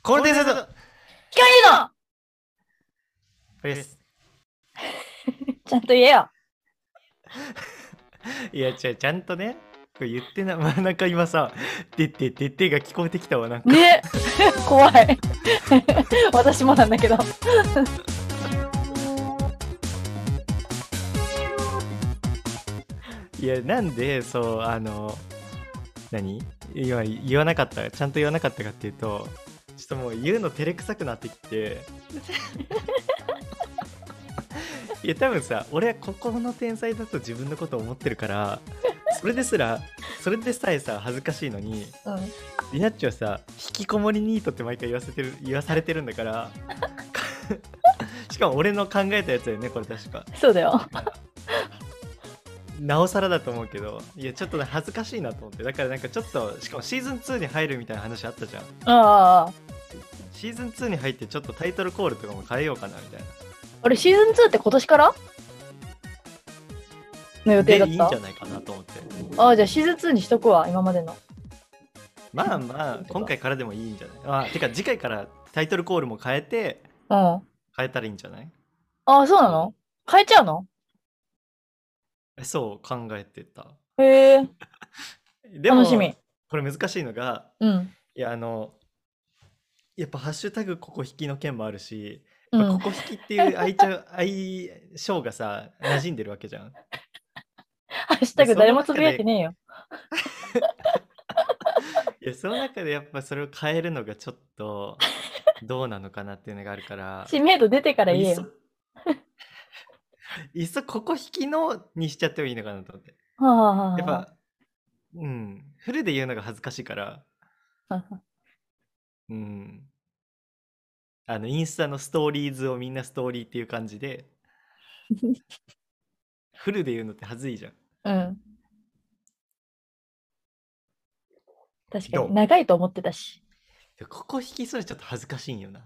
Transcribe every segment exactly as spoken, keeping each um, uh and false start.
コールデンセットヒカリのこれです。 ちゃんと言えよ。 いや、違う、ちゃんとね、これ言ってな、まあ、なんか今さ、てってってってが聞こえてきたわ、なんか。 ね怖い。私もなんだけど。 いや、なんで、そう、あの、何今言わなかった、ちゃんと言わなかったかっていうと、ちょっともう言うの照れくさくなってきて、いや、多分さ、俺はここの天才だと自分のこと思ってるから、それですら、それでさえさ、恥ずかしいのに、 うん。 リナッチはさ、引きこもりニートって毎回言わせてる、言わされてるんだから、しかも俺の考えたやつだよね、これ確か。 そうだよ。 なおさらだと思うけど、いや、ちょっとね、恥ずかしいなと思って。だからなんかちょっと、しかもシーズンツーに入るみたいな話あったじゃん。 ああ。 シーズンツーに入ってちょっとタイトルコールとかも変えようかなみたいな。 あれ、シーズンツーって今年からの予定だった。 でいいんじゃないかなと思って。 ああ、じゃあシーズンツーにしとくわ、今までの。 まあまあ、今回からでもいいんじゃない。あ、てか次回からタイトルコールも変えて、 うん。あ変えたらいいんじゃない。 あ、そうなの？変えちゃうの？ そう考えてた。 へえ、 でも、 楽しみ。 これ難しいのが、 うん。 いや、あの、やっぱハッシュタグここ引きの件もあるし、 うん。 やっぱここ引きっていう愛ちゃう愛称がさ、馴染んでるわけじゃん。 ハッシュタで、そのグ誰もつぶ中で、 やいてねえよ。 いや、その中でやっぱそれを変えるのがちょっとどうなのかなっていうのがあるから、 知名度出てからもういっそ、 言えよ。 いっそここ引きのにしちゃってもいいのかなと思って。 はあ、はあはあはやっぱ、うん、フルで言うのが恥ずかしいから、 あはあ、 うん、あの、インスタのストーリーズをみんなストーリーっていう感じで、フルで言うのって恥ずいじゃん。 うん。確かどに。長いと思ってたし。 うここ引きそれちょっと恥ずかしいんよな。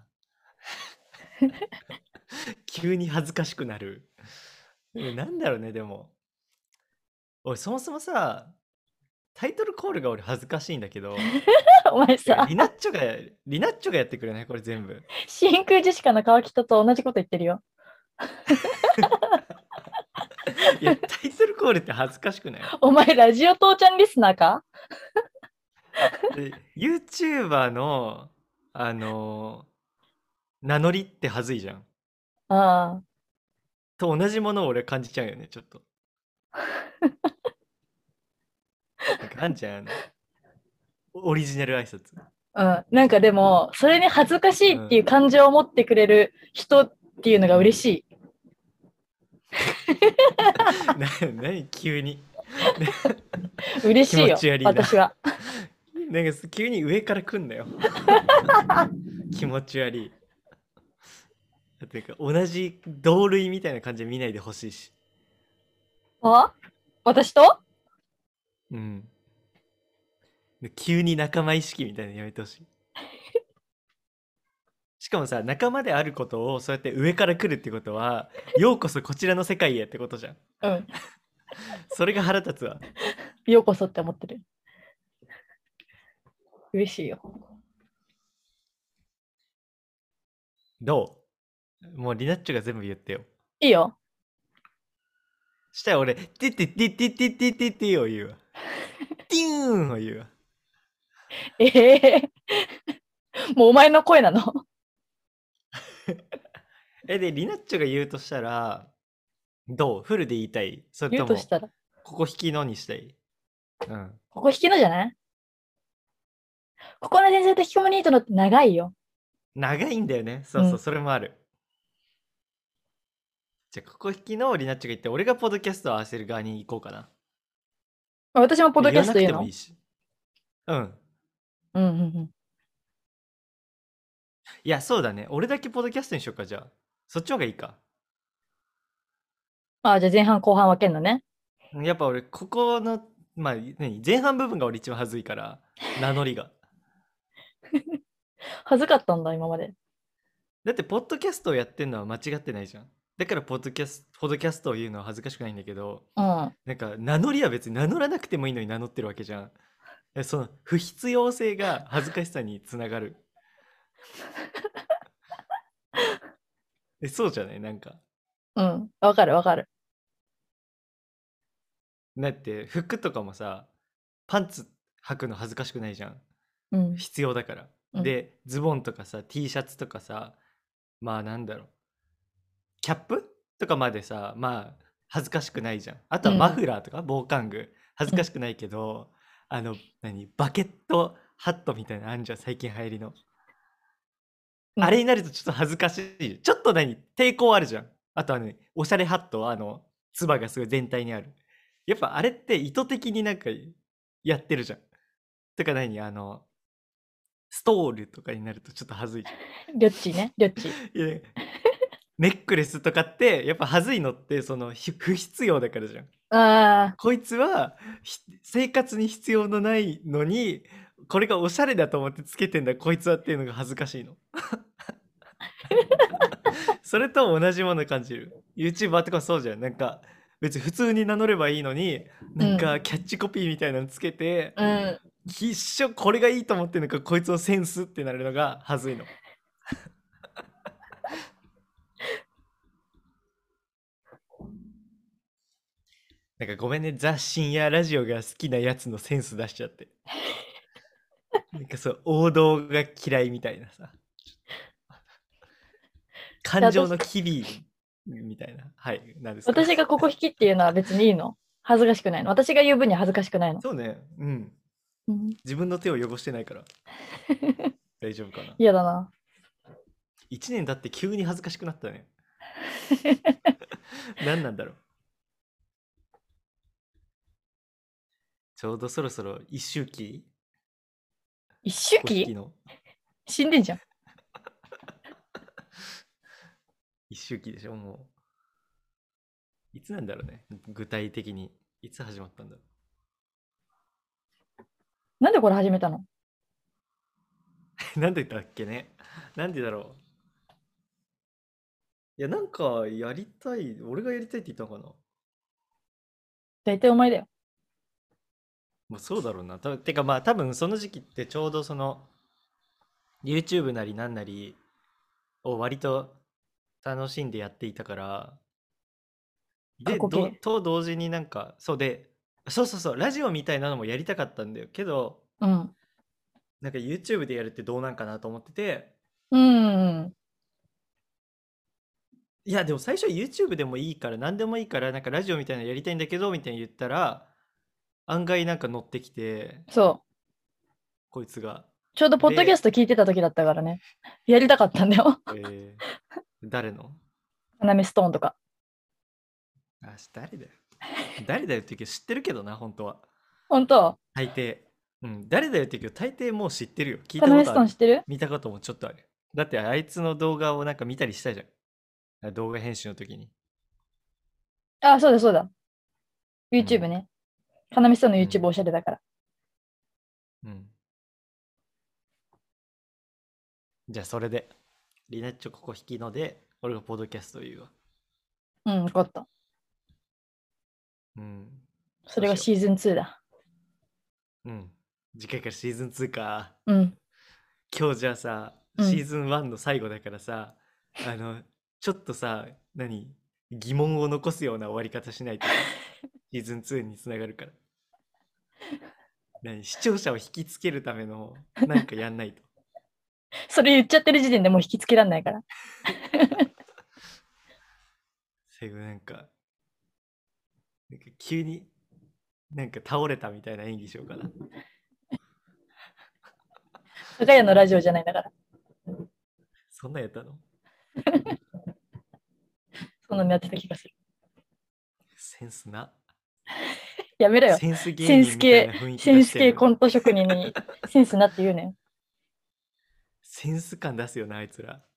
急に恥ずかしくなる。なんだろうね、でも。俺、そもそもさ、タイトルコールが俺恥ずかしいんだけど、 お前さ、 リナッチョが、リナッチョがやってくれないこれ全部。 真空ジェシカの川北と同じこと言ってるよ。 いや、タイトルコールって恥ずかしくない？ お前、ラジオ父ちゃんリスナーか？ で YouTuber の、あのー名乗りって恥ずいじゃん。 ああ。 と同じものを俺感じちゃうよね、ちょっと。なんかあんじゃん、あの、オリジナル挨拶。 うん。なんかでも、それに恥ずかしいっていううん。 感情を持ってくれる人っていうのが嬉しい。 な、何急に。気持嬉しいよ、 ち悪いな。 私は。 なんか急に上から来んなよ。気持ち悪い。だってか同じ同類みたいな感じで見ないでほしいし。 あ、私とうん。急に仲間意識みたいなのやめてほしい。しかもさ、仲間であることをそうやって上から来るってことは、ようこそこちらの世界へってことじゃん。 うん。 それが腹立つわ。 ようこそって思ってる。嬉しいよ。 どう？もうリナッチョが全部言ってよ。 いいよ。 したら俺、てってってってってってってってを言うわ。ティーンを言うわ。 ええー、もうお前の声なの？ え、で、リナッチョが言うとしたら、どう？フルで言いたい？それ言うとも、 としたら。 ここ引きのにしたい？うん。 ここ引きのじゃない？ここの先生と引きこもりニートのって長いよ。 長いんだよね。そうそう、 うん。 それもある。じゃあ、ここ引きのリナッチョが言って、俺がポッドキャストを合わせる側に行こうかな。 私もポッドキ言わなくャスト言うの？ てもいいし。うん。 うんうんうん。 いや、そうだね。俺だけポッドキャストにしようか、じゃあ。そっちの方がいいか。 ああ、じゃあ前半後半分けんのね。 やっぱ俺、ここの、まあ、何前半部分が俺一番恥ずいから、名乗りが。 恥ずかったんだ、今まで。 だって、ポッドキャストをやってんのは間違ってないじゃん。だから、ポッドキャスト、ポッドキャストを言うのは恥ずかしくないんだけど、 うん。 なんか、名乗りは別に名乗らなくてもいいのに名乗ってるわけじゃん。えその、不必要性が恥ずかしさにつながる。 え、そうじゃないなんか。 うん。わかるわかる。 だって服とかもさ、パンツ履くの恥ずかしくないじゃん。 うん。 必要だから。 うん。 で、ズボンとかさ、T シャツとかさ、まあなんだろう。キャップとかまでさ、まあ恥ずかしくないじゃん。あとはマうん。 フラーとか防寒具恥うん。 ずかしくないけど、あの、何、バケットハットみたいなのあんじゃん、最近流行りの。 うんあれになるとちょっと恥ずかしい。ちょっと何、抵抗あるじゃん。あとはね、おしゃれハットはあの、つばがすごい全体にある。やっぱあれって意図的になんかやってるじゃん。とか何、あの、ストールとかになるとちょっと恥ずいじりょっちね。りょっち。 ゃん。いや、ネックレスとかってやっぱ恥ずいのってそのひ不必要だからじゃん。 ああ、 こいつはひ生活に必要のないのにこれがおしゃれだと思ってつけてんだこいつはっていうのが恥ずかしいの。それと同じもの感じる。YouTuber とかそうじゃん。なんか別に普通に名乗ればいいのになんかキャッチコピーみたいなのつけて、 うん。 必勝これがいいと思ってるのかこいつのセンスってなるのが恥ずいの。なんかごめんね、雑誌やラジオが好きなやつのセンス出しちゃって。なんかそう王道が嫌いみたいなさ、感情の機微みたいな。はい、何ですか。 私がここ引きっていうのは別にいいの？恥ずかしくないの？私が言う分には恥ずかしくないの？ そうね、うん。 うん、 自分の手を汚してないから大丈夫かな。 嫌だな。 いちねん経って急に恥ずかしくなったね。何なんだろう。ちょうどそろそろ一周期一周期公式の死んでんじゃん。 一周期でしょもう。いつなんだろうね。具体的に。いつ始まったんだろなんでこれ始めたの？ う。なんでだっけね。なんでだろう。いや、なんかやりたい。俺がやりたいって言ったのかな。 大体お前だよ。 まあそうだろうな。たてかまあ多分その時期ってちょうどその YouTube なりなんなりを割と楽しんでやっていたから、で、ど過去形。 と同時になんか、そうで、そうそうそう、ラジオみたいなのもやりたかったんだよ。けど、 うん。 なんか YouTube でやるってどうなんかなと思ってて、 うん。 いや、でも最初は YouTube でもいいから、何でもいいから、なんかラジオみたいなのやりたいんだけど、みたいに言ったら、案外なんか乗ってきて、 そう。 こいつが。 ちょうどポッドキャスで、 ト聞いてた時だったからね。やりたかったんだよ。 えー誰のナメストーンとか。 あ、誰だよ。誰だよって言うけど知ってるけどな、本当は。 本当？ 大抵。うん、誰だよって言うけど、大抵もう知ってるよ。聞いナメスたことある。 トーン知ってる？ 見たこともちょっとある。だってあいつの動画をなんか見たりしたじゃん。あ動画編集の時に。 あ、そうだそうだ。 う YouTube ん。 ね。カナメストーンのう YouTube ん。 おしゃれだから。 うん。じゃあそれで、リナッチョここ引きので、俺がポッドキャストを言うわ。 うん、分かった。 うん。 そそうしよれがシーズンツーだ。 う。うん。次回からシーズンツーか。 うん。 今日じゃあさ、 うん。 シーズンワンの最後だからさ、あの、ちょっとさ、何疑問を残すような終わり方しないとさ、シーズンツーにつながるから。何視聴者を引きつけるためのなんかやんないと。 それ言っちゃってる時点でもう引きつけらんないから。 最後なんか、なんか急になんか倒れたみたいな演技しようかな。 加賀屋のラジオじゃないんだから。 そんなんやったの？ そんなのやってた気がする。 センスな。 やめろよ。 センス芸センス人みたい系、 な雰囲気センス出してんのに。 系コント職人にセンスなって言うね。 センス感出すよな、あいつら。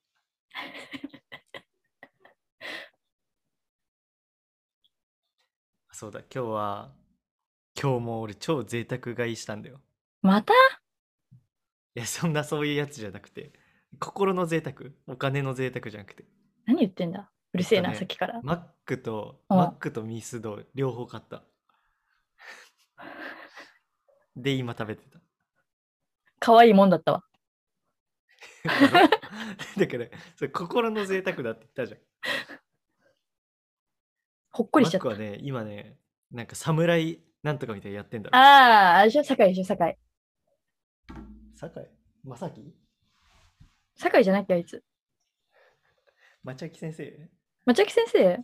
そうだ、今日は、今日も俺超贅沢買いしたんだよ。 また？ いや、そんなそういうやつじゃなくて、心の贅沢、お金の贅沢じゃなくて。 何言ってんだ？うるせえな、さっえっとね、 きから。 マックと、 うん。 マックとミスド両方買った。で、今食べてた。 可愛いもんだったわ。 だろだから、それ心の贅沢だって言ったじゃん。 ほっこりマしちゃった。 ックはね、今ね、なんか侍なんとかみたいにやってんだろ。 ああ、あれでしょ酒井でしょ酒井。 酒井正樹酒井じゃなきゃあいつ。 町明先生町明先生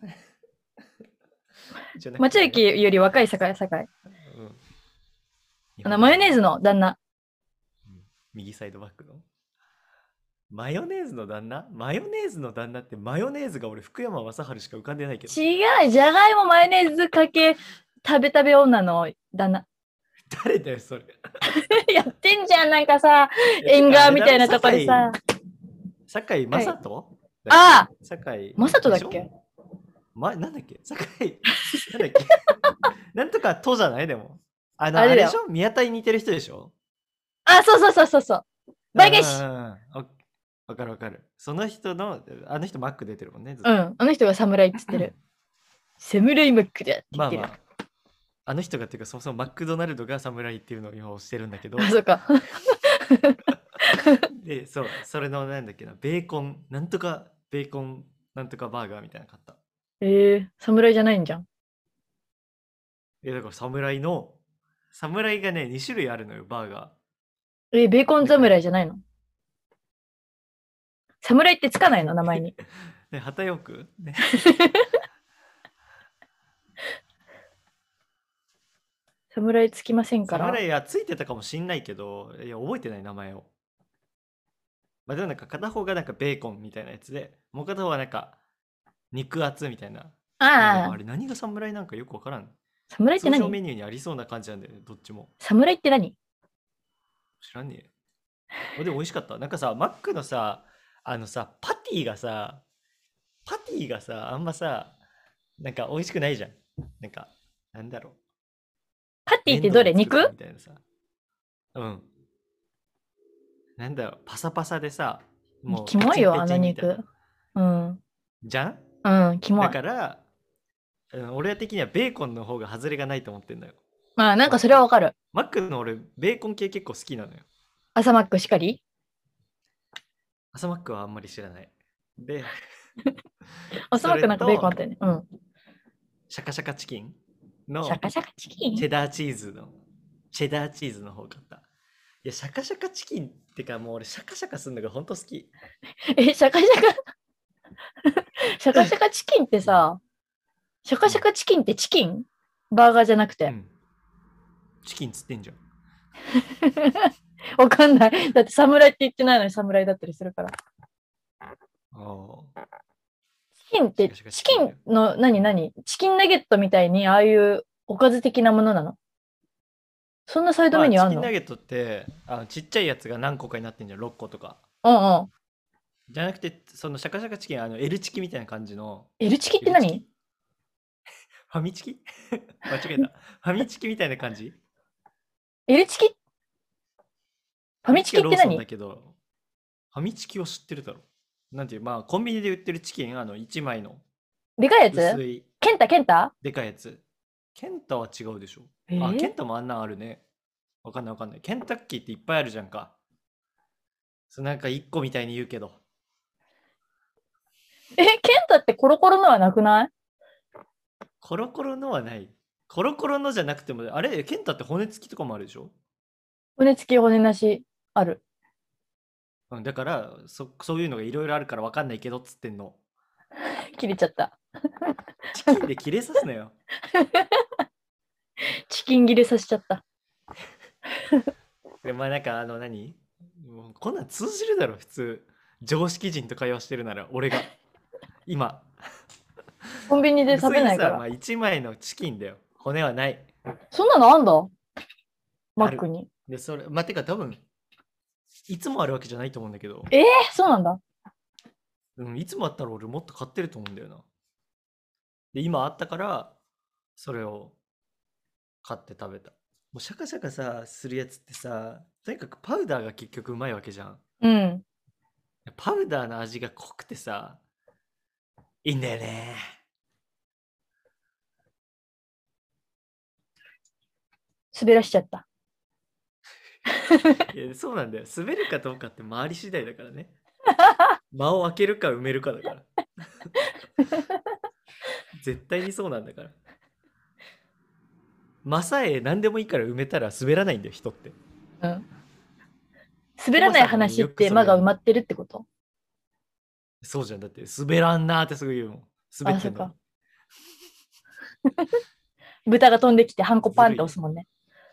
じゃなく町て誰明より若い酒井、酒井。 うんあの、マヨネーズの、 の旦那。 うん右サイドバックのマヨネーズの旦那マヨネーズの旦那ってマヨネーズが俺福山雅治しか浮かんでないけど。 違う、じゃがいもマヨネーズかけ食べ食べ女の旦那。 誰だよそれ。 やってんじゃん、なんかさ、縁側みたいなとこでさ。 酒井雅人ああ酒井マサトだっけま、なんだっけ酒井なんだっけなんとかとじゃないでも。あの、ああれだよれでしょ宮田に似てる人でしょあ、そうそうそうそうそう。倍返し。 うんうんうんおわかるわかる。その人の、あの人マック出てるもんね。ずっとうん、あの人が侍っつってる。侍マックだって言ってる。 まあまあ。あの人がっていうか、そもそもマクドナルドが侍っていうのを今押してるんだけど、 あ、そうか。 で、そう、それのなんだっけな、ベーコン、なんとか、ベーコン、なんとかバーガーみたいなの買った。 えー、侍じゃないんじゃん。 え、だから侍の、侍がね、に種類あるのよ、バーガえー、ベーコン侍じゃないの侍ってつかないの名前に。 ー。ね、旗よく、ね、 侍つきませんから。 侍はついてたかもしんないけど、いや、覚えてない名前を。まあ、でもなんか片方がなんかベーコンみたいなやつで、もう片方はなんか肉厚みたいな。まあでもああ、 あれ何が侍なんかよくわからん。 侍って何通常メニューにありそうな感じなんだよね、どっちも。 侍って何知らんねえ。あでも美味しかった。なんかさ、マックのさ、あのさ、パティがさ、パティがさ、あんまさ、なんか美味しくないじゃん。なんか、なんだろう。 パティってどれ粘土で作った肉みたいなさ。うん。なんだろう、パサパサでさ、もうキモいよ、あのペチンペチンみたいな。 肉。うん。 じゃんうん、キモだい。 から、うん俺的にはベーコンの方が外れがないと思ってんだよ。 まあ、なんかそれはわかる。 マックの俺、ベーコン系結構好きなのよ。 朝マックしかり朝マックはあんまり知らない。で、 朝マックなんかベーコンあったよね。うん。 シャカシャカチキンのシャカシャカチキンチェダーチーズの、チェダーチーズの方買った。いや、シャカシャカチキンってかもう俺シャカシャカするのがほんと好き。 え、シャカシャカシャカシャカチキンってさ、シャカシャカチキンってチキンバーガーじゃなくて。 うん。チキンつってんじゃん。 わかんない。だって侍って言ってないのに侍だったりするから。 ああ。 チキンって、 シャカシャカチキチキンだよンの何何チキンナゲットみたいにああいうおかず的なものなのそんなサイドまあ、チメニューあんのキンナゲットってあのちっちゃいやつが何個かになってんじゃん、ろっことか。 うんうん。 じゃなくて、そのシャカシャカチキン、あの L チキみたいな感じの。 L チキって L チ何キファミチキ間違えた。ファミチキみたいな感じ。 ?L チキファミチキってファミチキはローソンだ何けど、ファミチキを知ってるだろ。なんていう、まあ、コンビニで売ってるチキン、あのいちまいのでかいやつ薄いケンタケンタでかいやつ。ケンタは違うでしょ。 えーあ、ケンタもあんなんあるね。わかんないわかんない。ケンタッキーっていっぱいあるじゃんか。そうなんかいっこみたいに言うけど。 え、ケンタってコロコロのはなくないコロコロのはない。コロコロのじゃなくても、あれ、ケンタって骨付きとかもあるでしょ。 骨付き骨なしある。 うん、だからそ、そういうのがいろいろあるからわかんないけどっつってんの。 切れちゃった。 チキンで切れさすなよ。 チキン切れさせちゃった。 でまあなんかあの何もうこんなん通じるだろ普通。常識人と会話してるなら俺が今コンビニで食べないから。 薄いさ、まあ、いちまいのチキンだよ。骨はない。 そんなのあんだマックに。 でそれまあてか多分いつもあるわけじゃないと思うんだけど、 えー、そうなんだ。 うん、いつもあったら俺もっと買ってると思うんだよな。で今あったからそれを買って食べた。もうシャカシャカさするやつってさ、とにかくパウダーが結局うまいわけじゃん。 うん。 パウダーの味が濃くてさ、いいんだよね。 滑らしちゃった。 いや、そうなんだよ。滑るかどうかって周り次第だからね。間を空けるか埋めるかだから。絶対にそうなんだから。間さえ何でもいいから埋めたら滑らないんだよ、人って。 うん。滑らないコバさんも話っよくそれやんの。 て間が埋まってるってこと？ そうじゃん。だって滑らんなーってすぐ言うもん。滑っあ、 てんのに。 そっか。豚が飛んできてハンコパンっずるいよ。 て押すもんね。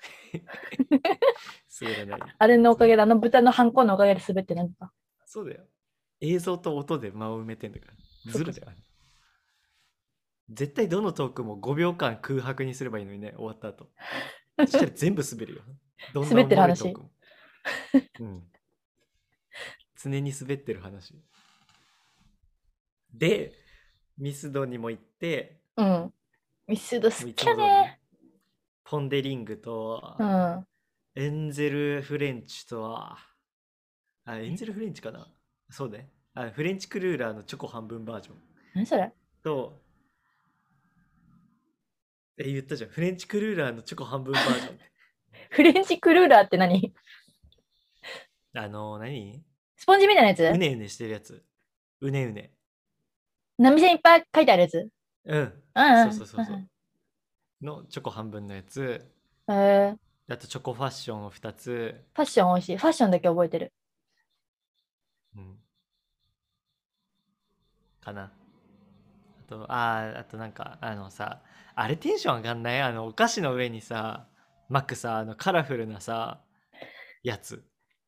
滑らないよ。 あれのおかげずるい。 で、あの豚のハンコのおかげで滑ってなんか。 そうだよ。映像と音で間を埋めてんだから。 そっかそっか。 ずるだよ。絶対どのトークもごびょうかん空白にすればいいのにね、終わった後。そしたら全部滑るよ。どんな滑おもってる話。 ろいトークも。うん。常に滑ってる話。で、ミスドにも行って、 うん。ミスド好もういきつも通りね、 やね。 ポン・デ・リングと、 うん。 エンゼル・フレンチと、あ、エンゼル・フレンチかな。そうね。あ、フレンチクルーラーのチョコ半分バージョン何それ？ と、え、言ったじゃん。フレンチクルーラーのチョコ半分バージョンって。 フレンチクルーラーって何？ あの、何スポンジみたいなやつ？ うねうねしてるやつ。うねうね。 波線いっぱい書いてあるやつ？ うん。 うんそううん。 そうそうそう。のチョコ半分のやつ。 えー、 あとチョコファッションをふたつ。 ファッション美味しい。ファッションだけ覚えてる。 うん。かな。あと、あー、あとなんか、あのさ、あれテンション上がんない？あの、お菓子の上にさ、巻くさ、あの、カラフルなさ、やつ。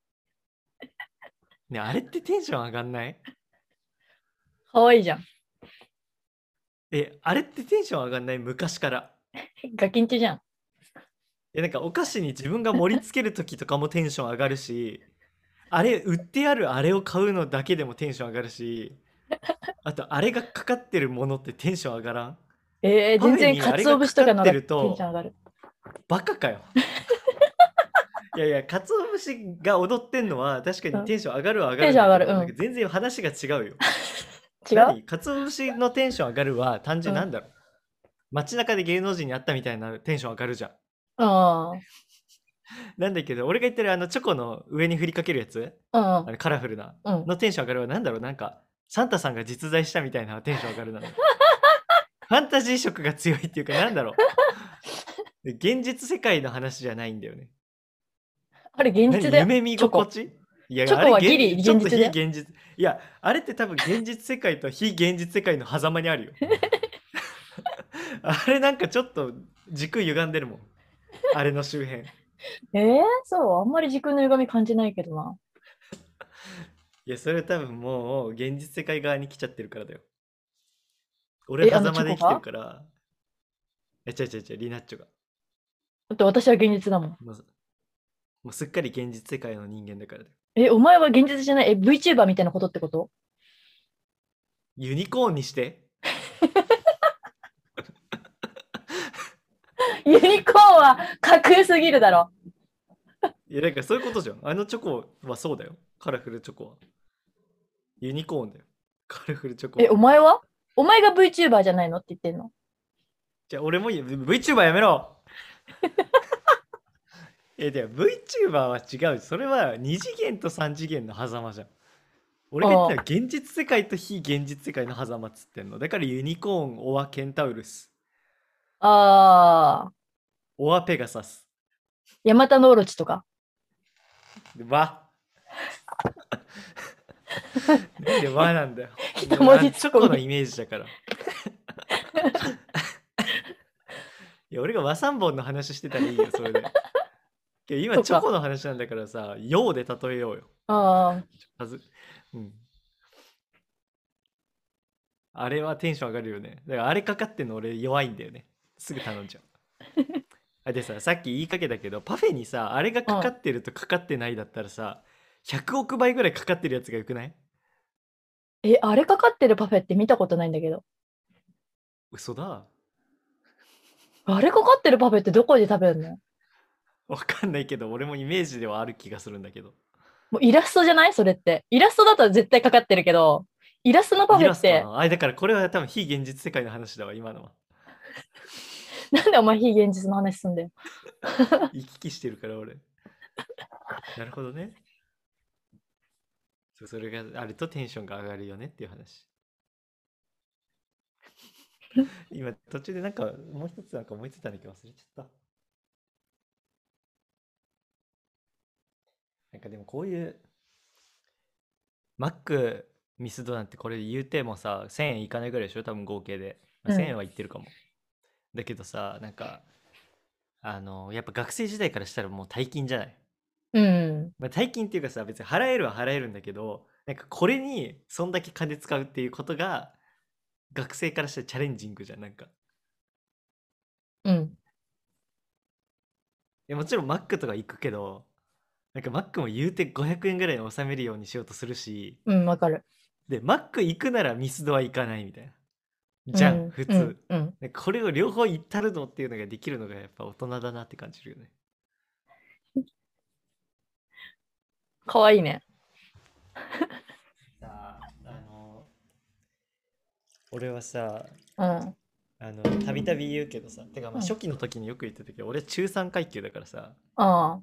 ね、あれってテンション上がんない？ かわいいじゃん。 え、あれってテンション上がんない？昔から。 ガキンチじゃん。 え、なんかお菓子に自分が盛り付ける時とかもテンション上がるし、あれ、売ってあるあれを買うのだけでもテンション上がるし、あと、あれがかかってるものってテンション上がらん？ えー、 パフェ全然にあれが鰹節かかってとかの方がると、 テンション上がる。 バカかよ。いやいや、鰹節が踊ってんのは確かうん。 にテンション上がるは上がテンション上がる。 るんだけど、なんかうん。 全然話が違うよ。 違う？ 何鰹節のテンション上がるは単うん。 純なんだろう。街中で芸能人に会ったみたいなテンション上がるじゃん。 うん。 なんだけど、俺が言ってるあのチョコの上に振りかけるやつ、 うん。 あのカラフルな、 うん。 のテンション上がるはなんだろう、なんか、サンタさんが実在したみたいなテンション上がるなの。ファンタジー色が強いっていうか、なんだろう。現実世界の話じゃないんだよね。 あれ現実だよ。 何夢見チョコ。 心地？いや、 チョあれコはギリ現、ちょっと現実だよ。 非現実。いや、あれって多分現実世界と非現実世界の狭間にあるよ。あれなんかちょっと軸歪んでるもん。あれの周辺。 えー、そう。あんまり時空の歪み感じないけどな。 いや、それ多分もう現実世界側に来ちゃってるからだよ。俺、 え、あの狭間で生きてるチョコが？ から。え、違う違う違う、リナッチョが。 だって私は現実だもん。 もう、もうすっかり現実世界の人間だからだよ。 え、お前は現実じゃない？え、VTuber みたいなことってこと？ ユニコーンにして。 ユニコーンは架空すぎるだろ。 いや、なんかそういうことじゃん。あのチョコはそうだよ。カラフルチョコは。ユニコーンだよ。カラフルチョコえ、 は。 お前は？お前が VTuber じゃないのって言ってんの？ じゃあ俺もいいよ VTuber やめろ。え、でも VTuber は違う。それはに次元とさん次元の狭間じゃん。俺が言ってあたのは現実世界と非現実世界の狭間っつってんの。だからユニコーン、オアケンタウルス、 あ。あー、 オアペガサス。 ヤマタノオロチとか。 でわ。なんでわなんだよ。 一文字あチョツッコミ。 コのイメージだから。いや、俺が和三本の話してたらいいよ、それで。けど今そっか。 チョコの話なんだからさ、陽で例えようよ。 ああ。 はず。うん。あれはテンション上がるよね。だからあれかかってんの俺弱いんだよね。すぐ頼んじゃう。あでさ、さっき言いかけたけど、パフェにさ、あれがうん。 かかってるとかかってないだったらさ、ひゃくおくばいぐらいかかってるやつがよくない？ え、あれかかってるパフェって見たことないんだけど。 嘘だ。 あれかかってるパフェってどこで食べるの？ わかんないけど、俺もイメージではある気がするんだけど。 もうイラストじゃないそれって。イラストだと絶対かかってるけど、イラストのパフイェって、 ラストなあれだからこれは多分非現実世界の話だわ、今のは。 なんでお前非現実の話すんだよ。 行き来してるから俺。 なるほどね。そうそれがあるとテンションが上がるよねっていう話。今途中でなんかもう一つなんか思いついたんだけど忘れちゃった。なんかでもこういうマックミスドなんてこれ言うてもさせんえんいかないぐらいでしょ多分合計で、まあ、 うんせんえんはいってるかも。だけどさなんかあのやっぱ学生時代からしたらもう大金じゃない。 うん。 まあ、大金っていうかさ別に払えるは払えるんだけどなんかこれにそんだけ金使うっていうことが学生からしたらチャレンジングじゃんなんか。 うん。 いやもちろんマックとか行くけどなんかマックも言うてごひゃくえんぐらいに収めるようにしようとするし、 うん、わかる。 でマック行くならミスドは行かないみたいなじゃんうん。うん。 普通。 うん。 でこれを両方行ったるのっていうのができるのがやっぱ大人だなって感じるよね。 かわいいね。 さああの俺はさうん。 あのたびたび言うけどさてかまあうん。 初期の時によく言ってたけど俺中さん階級だからさあ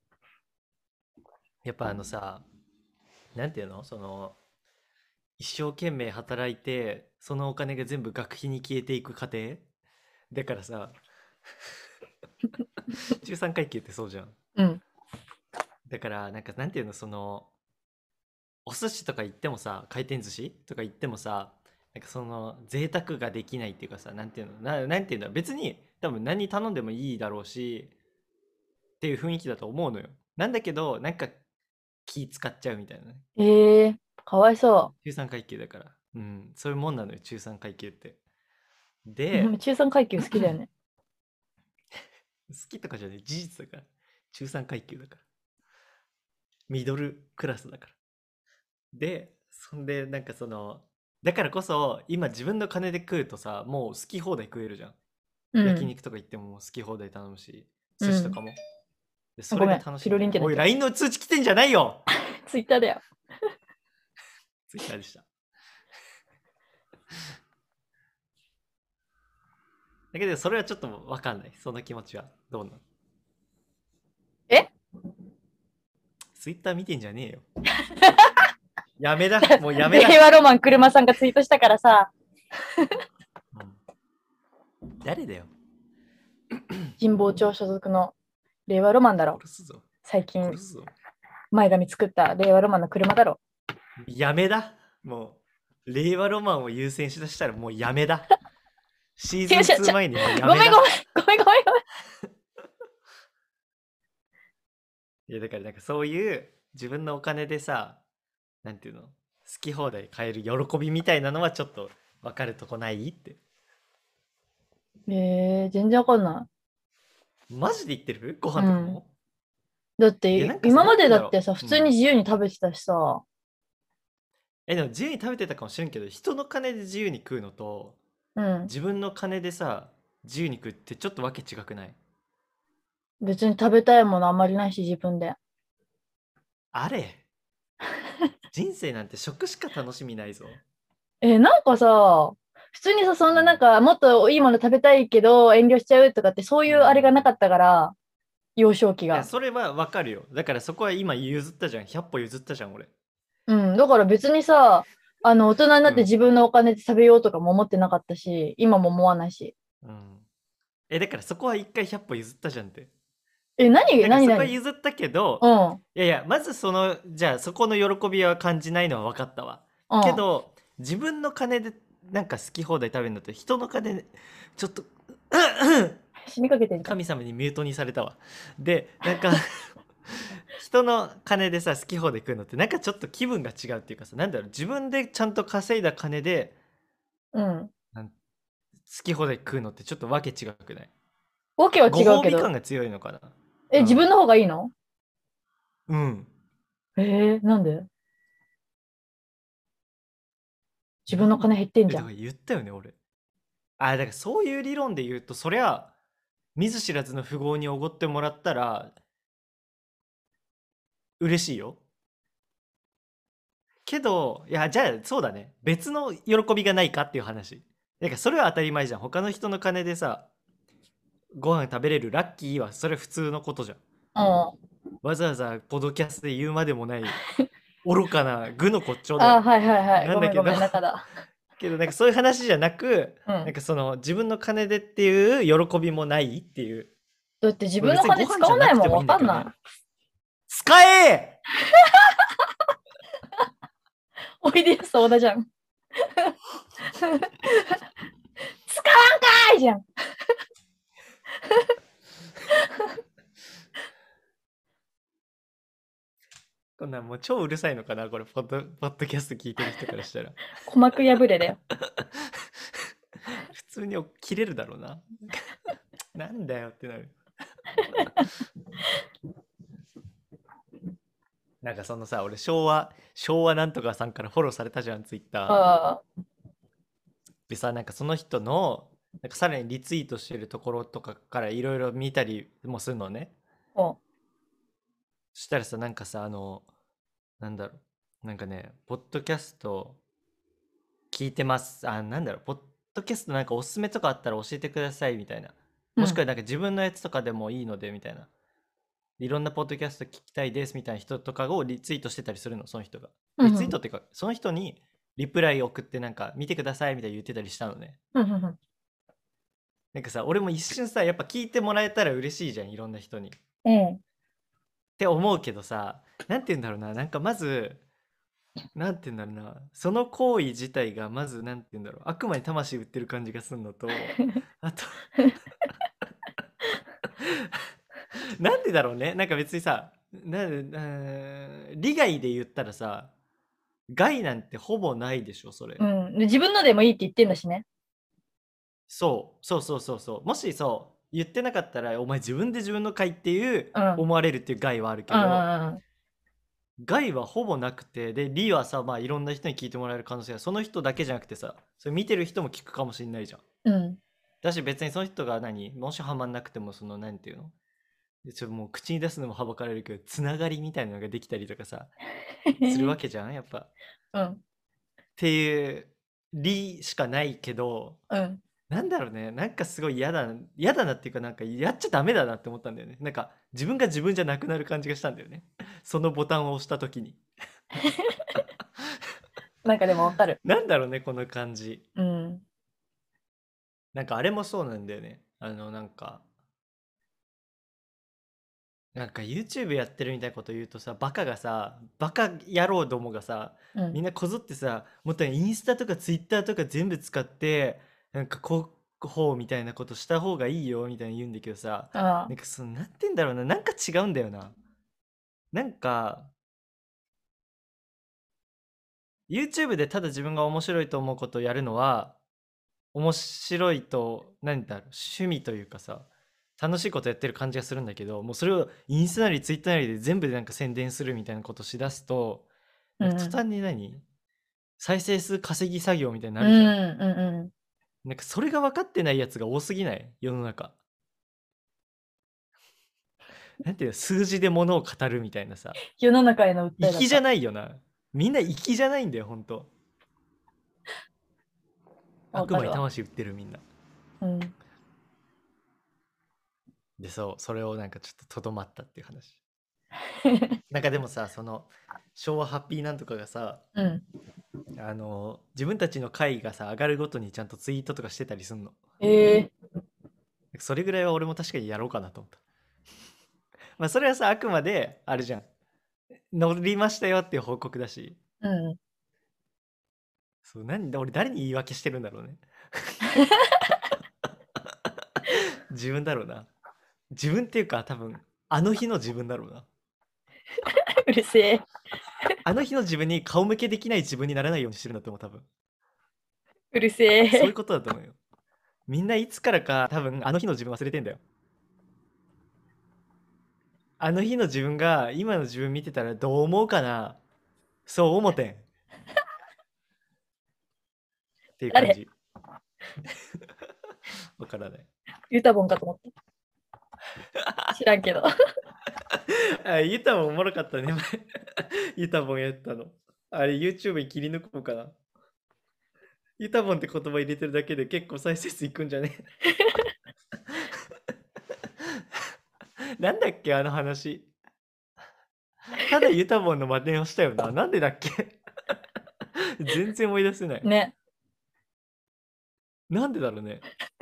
やっぱあのさなんていうのその一生懸命働いてそのお金が全部学費に消えていく過程だからさ中さん階級ってそうじゃん。 あ。うん。 だからなんかなんていうのそのお寿司とか行ってもさ回転寿司とか行ってもさなんかその贅沢ができないっていうかさなんていうのななんていうんだ別に多分何頼んでもいいだろうしっていう雰囲気だと思うのよ。なんだけどなんか気使っちゃうみたいなね。 ええ、かわいそ中さん階級だからうんそういうもんなのよ中さん階級って。 う。うん、 で中さん階級好きだよね。 好きとかじゃない事実だから中さん階級だからミドルクラスだから。でそんでなんかそのだからこそ今自分の金で食うとさもう好き放題食えるじゃん。 うん。 焼肉とか行ってももう好き放題頼むしうん。 寿司とかもでそれがあごめん。ピ楽しいんだよね。おいロリンってなっちゃっライン の通知来てんじゃないよ。 た。ツイッターだよ。 ツイッターでした。だけどそれはちょっと分かんないその気持ちはどうなの。 えツイッター見てんじゃねえよ。やめだもうやめだ、 令和ロマン車さんがツイートしたからさ、 うん、誰だよ。 神保町所属の令和ロマンだろ。 殺すぞ最近殺すぞ。 前髪作った令和ロマンの車だろ。 やめだもう令和ロマンを優先しだしたらもうやめだ。シーズンツー前にもうやめだ。 ごめんごめんごめんごめんごめん。 いやだからなんかそういう自分のお金でさなんていうの好き放題買える喜びみたいなのはちょっと分かるとこないって。 えー、全然わかんなマジで言ってるご飯とかも、 い。だっいやなてんかさ今までだなんてってさ、普通に言うんだろう、うん、 自由に食べてたしさ、 えでも自由に食べてたかもしれんけど人の金で自由に食うのとうん。 自分の金でさ自由に食うってちょっとわけ違くない？ 別に食べたいものあんまりないし、自分で。 あれ人生なんて食しか楽しみないぞ。 えーなんかさ、普通にさ、そんななんうん、 か、もっといいもの食べたいけど遠慮しちゃうとかって、そういうあれがなかうん、 ったから、幼少期いやが。 それはわかるよ。だからそこは今譲ったじゃん。ひゃっぽ譲ったじゃん俺。 うん。だから別にさ、あの、大人になってうん、 自分のお金で食べようとかも思ってなかったし、今も思わないし。 うん、えだからそこは一回ひゃっぽ譲ったじゃんって。 え、何だからそこは何何譲ったけど、 うん。 いやいやまずそのじゃあそこの喜びは感じないのは分かったわ。 うん。 けど自分の金でなんか好き放題食べるんだって人の金でちょっと死にかけてんじゃん。 神様にミュートにされたわ。でなんか人の金でさ好き放題食うのってなんかちょっと気分が違うっていうかさなんだろう自分でちゃんと稼いだ金でうん。 なん好き放題食うのってちょっとわけ違くない？ わけはご違うけど。 褒美感が強いのかな。 え、 うん、 自分の方がいいの？ うん、 えー、なんで？自分の金減ってんじゃん。 えだから言ったよね俺。あだからそういう理論で言うとそりゃ見ず知らずの富豪におごってもらったら嬉しいよ。けどいやじゃあそうだね別の喜びがないかっていう話。だからそれは当たり前じゃん。他の人の金でさご飯食べれるラッキーはそれ普通のことじゃん。 うんわざわざポドキャストで言うまでもない愚かな愚の骨頂だあ、 よ。 はいはいはい。 なんだけどごめんごめん、中だ。 けどなんかそういう話じゃなく、 うん。 なんかその自分の金でっていう喜びもないっていう。 だって自まあ分の金別にご飯使わないもん、 じゃなくてもいいわんだけどね。 かんない。 使えおいでやす小田じゃん。使わんかーいじゃん。 こんなんもう超うるさいのかなこれポッド、ポッドキャスト聞いてる人からしたら。 鼓膜破れだよ。 普通に切れるだろうな。なんだよってなる。なんかそのさ、俺昭和、昭和なんとかさんからフォローされたじゃん、ツイッター。 ああ。 でさ、なんかその人の、なんかさらにリツイートしてるところとかからいろいろ見たりもするのね。 おそしたらさ、なんかさ、あの、なんだろう。なんかね、ポッドキャスト聞いてます。あ、なんだろう。ポッドキャストなんかおすすめとかあったら教えてくださいみたいな。もしくはなんか自分のやつとかでもいいのでみたいな。いろんなポッドキャスト聞きたいですみたいな人とかをリツイートしてたりするの、その人が。 うんリツイートっていうか、その人にリプライ送ってなんか見てくださいみたいな言ってたりしたのね。 うんうんうんなんかさ、俺も一瞬さ、やっぱ聞いてもらえたら嬉しいじゃん、いろんな人に。っうんて思うけどさ、なんて言うんだろうな、なんかまず、なんて言うんだろうな、その行為自体がまず、なんて言うんだろう、悪魔に魂売ってる感じがするのと、あと、なんでだろうね、なんか別にさ、なな利害で言ったらさ、害なんてほぼないでしょ、それ。 うん。で自分のでもいいって言ってんだしね。 そう、そうそうそうそう。もしそう、言ってなかったら、お前自分で自分の回っていううん。 思われるっていう害はあるけうんうど、 んうん害はほぼなくて、で、利はさ、まあいろんな人に聞いてもらえる可能性が、その人だけじゃなくてさ、それ見てる人も聞くかもしれないじゃん。 うんだし別にその人が何、もしハマんなくても、その、なんていうのでちょっともう口に出すのもはばかられるけど、つながりみたいなのができたりとかさ、するわけじゃん、やっぱ。っうんていう利しかないけど、 うんなんだろうね、なんかすごい嫌だな、嫌だなっていうか、なんかやっちゃダメだなって思ったんだよね。なんか自分が自分じゃなくなる感じがしたんだよね。そのボタンを押した時に。 なんかでもわかる。 なんだろうね、この感じ。 うんなんかあれもそうなんだよね。あの、なんか、なんか YouTube やってるみたいなこと言うとさ、バカがさ、バカ野郎どもがさ、 うんみんなこぞってさ、もっとインスタとかツイッターとか全部使って、なんか広報みたいなことした方がいいよみたいに言うんだけどさ、 あなんかその、なんて言うんだろうな、なんか違うんだよな。なんか、YouTube でただ自分が面白いと思うことをやるのは、面白いと、何だろう、趣味というかさ、楽しいことやってる感じがするんだけど、もうそれをインスタなりツイッターなりで全部でなんか宣伝するみたいなことしだすと、 うんなんか途端に何再生数稼ぎ作業みたいになうんるじゃん。 うんうなんかそれが分かってないやつが多すぎない世の中。なんていうの、数字で物を語るみたいなさ。 世の中への訴えだった。 粋じゃないよな。みんな粋じゃないんだよ、ほんと。悪魔にわかるわ。 魂売ってるみんな。 うんで、そう、それをなんかちょっととどまったっていう話。なんかでもさ、その昭和ハッピーなんとかがさ、 うんあの自分たちの回がさ上がるごとにちゃんとツイートとかしてたりすんの。 ええそれぐらいは俺も確かにやろうかなと思った。まあそれはさ、あくまであれじゃん。乗りましたよっていう報告だし。 うんそう何だ俺誰に言い訳してるんだろうね。自分だろうな。自分っていうか多分あの日の自分だろうな。 うるせえ。 あの日の自分に顔向けできない自分にならないようにしてるんだと思う多分。 うるせそういうえ。 ことだと思うよ。みんないつからか多分あの日の自分忘れてんだよ。あの日の自分が今の自分見てたらどう思うかな。そう思てん。っていう感誰じ。わからない。 ユタボンかと思った。知らんけど。 あ、ユタボンおもろかったね。前ユタボンやったの。あれ YouTube に切り抜こうかな。ユタボンって言葉入れてるだけで結構再生数いくんじゃねなんだっけあの話。ただユタボンの真似をしたよな。なんでだっけ全然思い出せない。 ね。 なんでだろうね。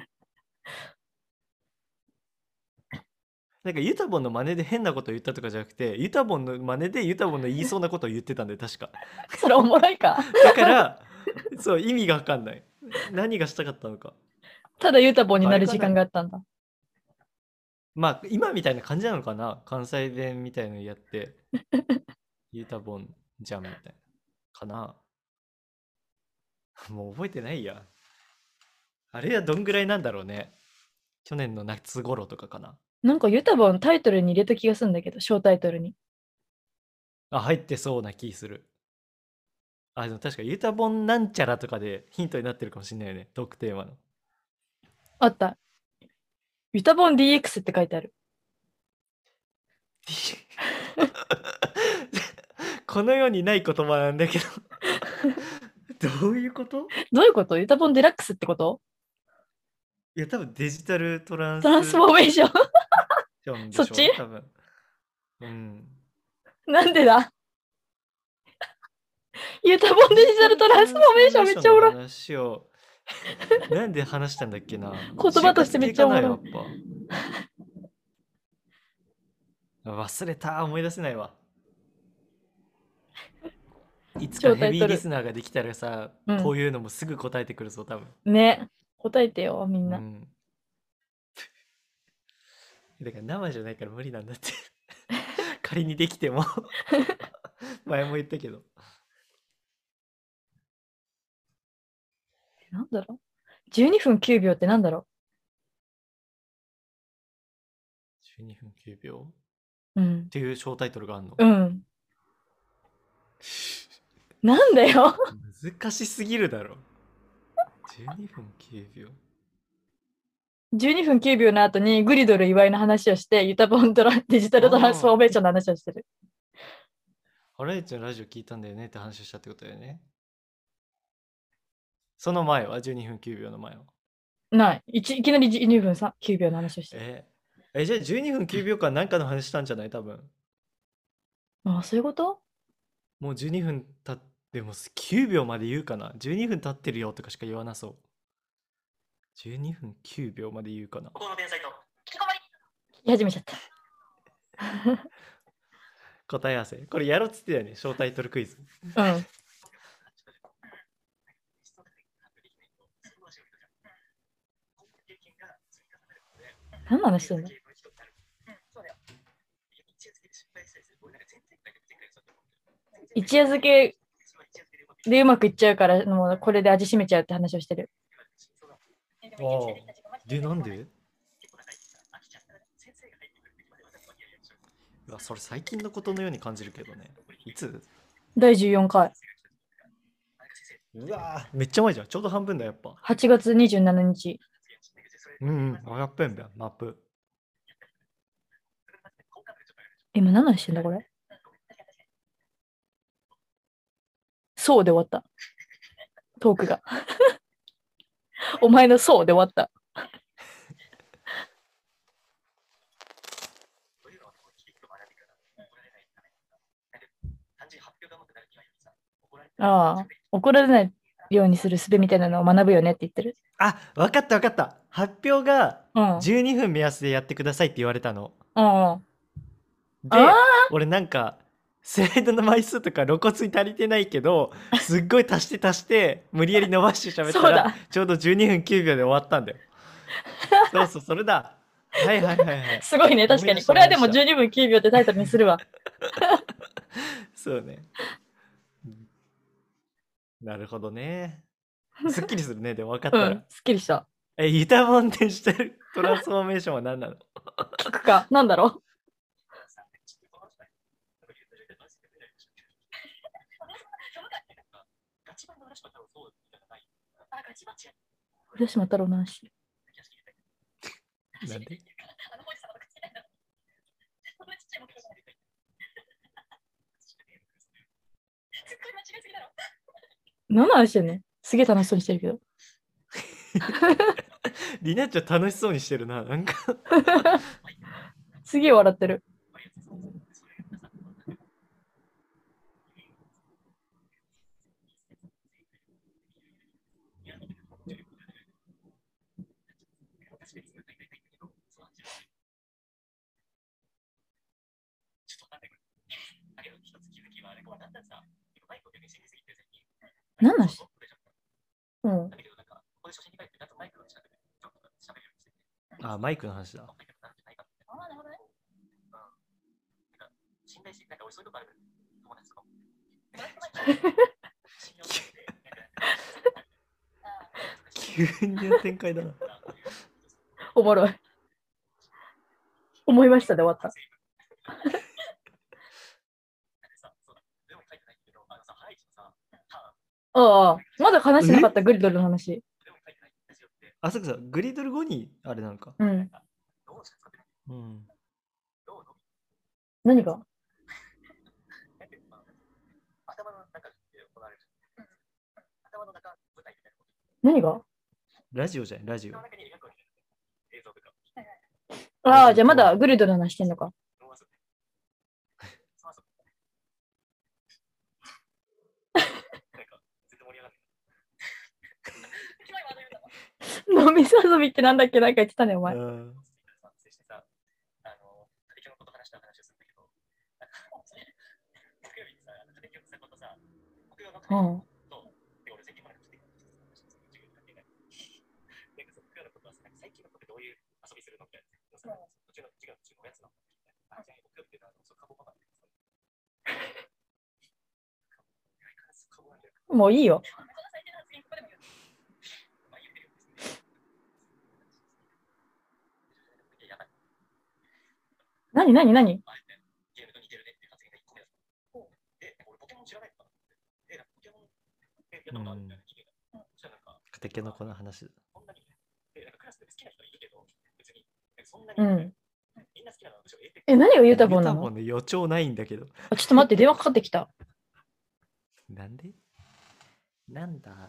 なんかユタボンの真似で変なこと言ったとかじゃなくて、ユタボンの真似でユタボンの言いそうなことを言ってたんで、確か。 それおもろいか。 だから、そう、意味がわかんない。何がしたかったのか。 ただユタボンになるあれかな時間があったんだ。 まあ、今みたいな感じなのかな。関西弁みたいのやって、ユタボンじゃんみたいな。かな。もう覚えてないや。あれはどんぐらいなんだろうね。去年の夏頃とかかな。 なんかユタボンタイトルに入れた気がするんだけど、小タイトルに。 あ、入ってそうな気する。あ、でも確かユタボンなんちゃらとかでヒントになってるかもしれないよね。トークテーマの。 あった。ユタボン ディーエックス って書いてある。 この世にない言葉なんだけど。どういうこと？ どういうこと？ユタボンデラックスってこと？ いや、多分デジタルトランストランスフォーメーションションでしょそっち？ 多分。うん。 なんでだ？ユタボンデジタルトランスフォーメーションめっちゃおもろい。 話をなんで話したんだっけな。 言葉としてめっちゃおもろい。 就活系かなやっぱ忘れた。思い出せないわ。いつかヘビーリスナーができたらさ、 うんこういうのもすぐ答えてくるぞ、多分。 ね。答えてよ、みんな。 うん。だから生じゃないから無理なんだって。仮にできても。前も言ったけど。 なんだろう ?じゅうにふんきゅうびょうってなんだろじゅうにふんきゅうびょう？うんっ。ていう小タイトルがあるの。 うん。なんだよ。 難しすぎるだろ。じゅうにふんきゅうびょう。 じゅうにふんきゅうびょうの後にグリドル岩井の話をして、ユタボントラデジタルトランスフォーメーションの話をしてる。 ハライチのラジオ聞いたんだよねって話をしたってことだよね。その前はじゅうにふんきゅうびょうの前は。 ないいち。いきなりじゅうにふんきゅうびょうの話をしてる。 ええ、じゃあじゅうにふんきゅうびょうかん何かの話したんじゃない多分。 ああ、そういうこと？ もうじゅうにふん経ってもきゅうびょうまで言うかな。じゅうにふん経ってるよとかしか言わなそう。じゅうにふんきゅうびょうまで言うかな。 この天才と聞きこまり聞き始めちゃった。 答え合わせ。これやろうっつってたよね。小タイトルクイズ。 うん。何の話してんだ？一夜漬けでうまくいっちゃうから、もうこれで味しめちゃうって話をしてる。 ああ。で、なんで？うわ、それ最近のことのように感じるけどね。いつ？ だいじゅうよんかい。 うわめっちゃ前じゃん。ちょうど半分だやっぱ。 はちがつにじゅうしちにち。 うんうん。あ、やっべんべん。マップ。 今何話してんだこれ？そうで終わった。トークが。お前のそうで終わった。ああ、怒られないようにする術みたいなのを学ぶよねって言ってる。 あ、わかったわかった。発表がうん。 じゅうにふん目安でやってくださいって言われたの。 うんうん。 であー、 俺なんかスライドの枚数とか露骨に足りてないけど、すっごい足して足して無理やり伸ばして喋ったらそうだちょうどじゅうにふんきゅうびょうで終わったんだよ。そうそう、それだ。はいはいはいはい。 すごいね、確かに。これはでもじゅうにふんきゅうびょうってタイトルにするわ。 そうね。なるほどね。すっきりするね、でも分かったら。 うん、すっきりした。 え、ユタボンデジタルトランスフォーメーションは何なの？ 聞くか。なんだろう。浦島太郎の話。 なんで？ 何の話してんねん。すげえ楽しそうにしてるけど。 リナちゃん楽しそうにしてるな。なんかすげえ笑ってる。何の話？うん。 あ、マイクの話だ。急にの展開だな。 おもろい。思いましたで終わった。ああ、まだ話してなかった、グリドルの話。 あ、そっかさ、グリドル後にあれなのか。 うん。 うん。 何が？何が？ ラジオじゃん、ラジオ。 ああ、じゃあまだグリドルの話してんのか。飲みそ遊びってなんだっけ？なんか言ってたね、お前。 うん。 うん。もういいよ。何何何？ うん。タケノコの話だ。 うん。え、何がユタボンなの？ ユタボンの予兆ないんだけど。 あ、ちょっと待って、電話かかってきた。 なんで？なんだ？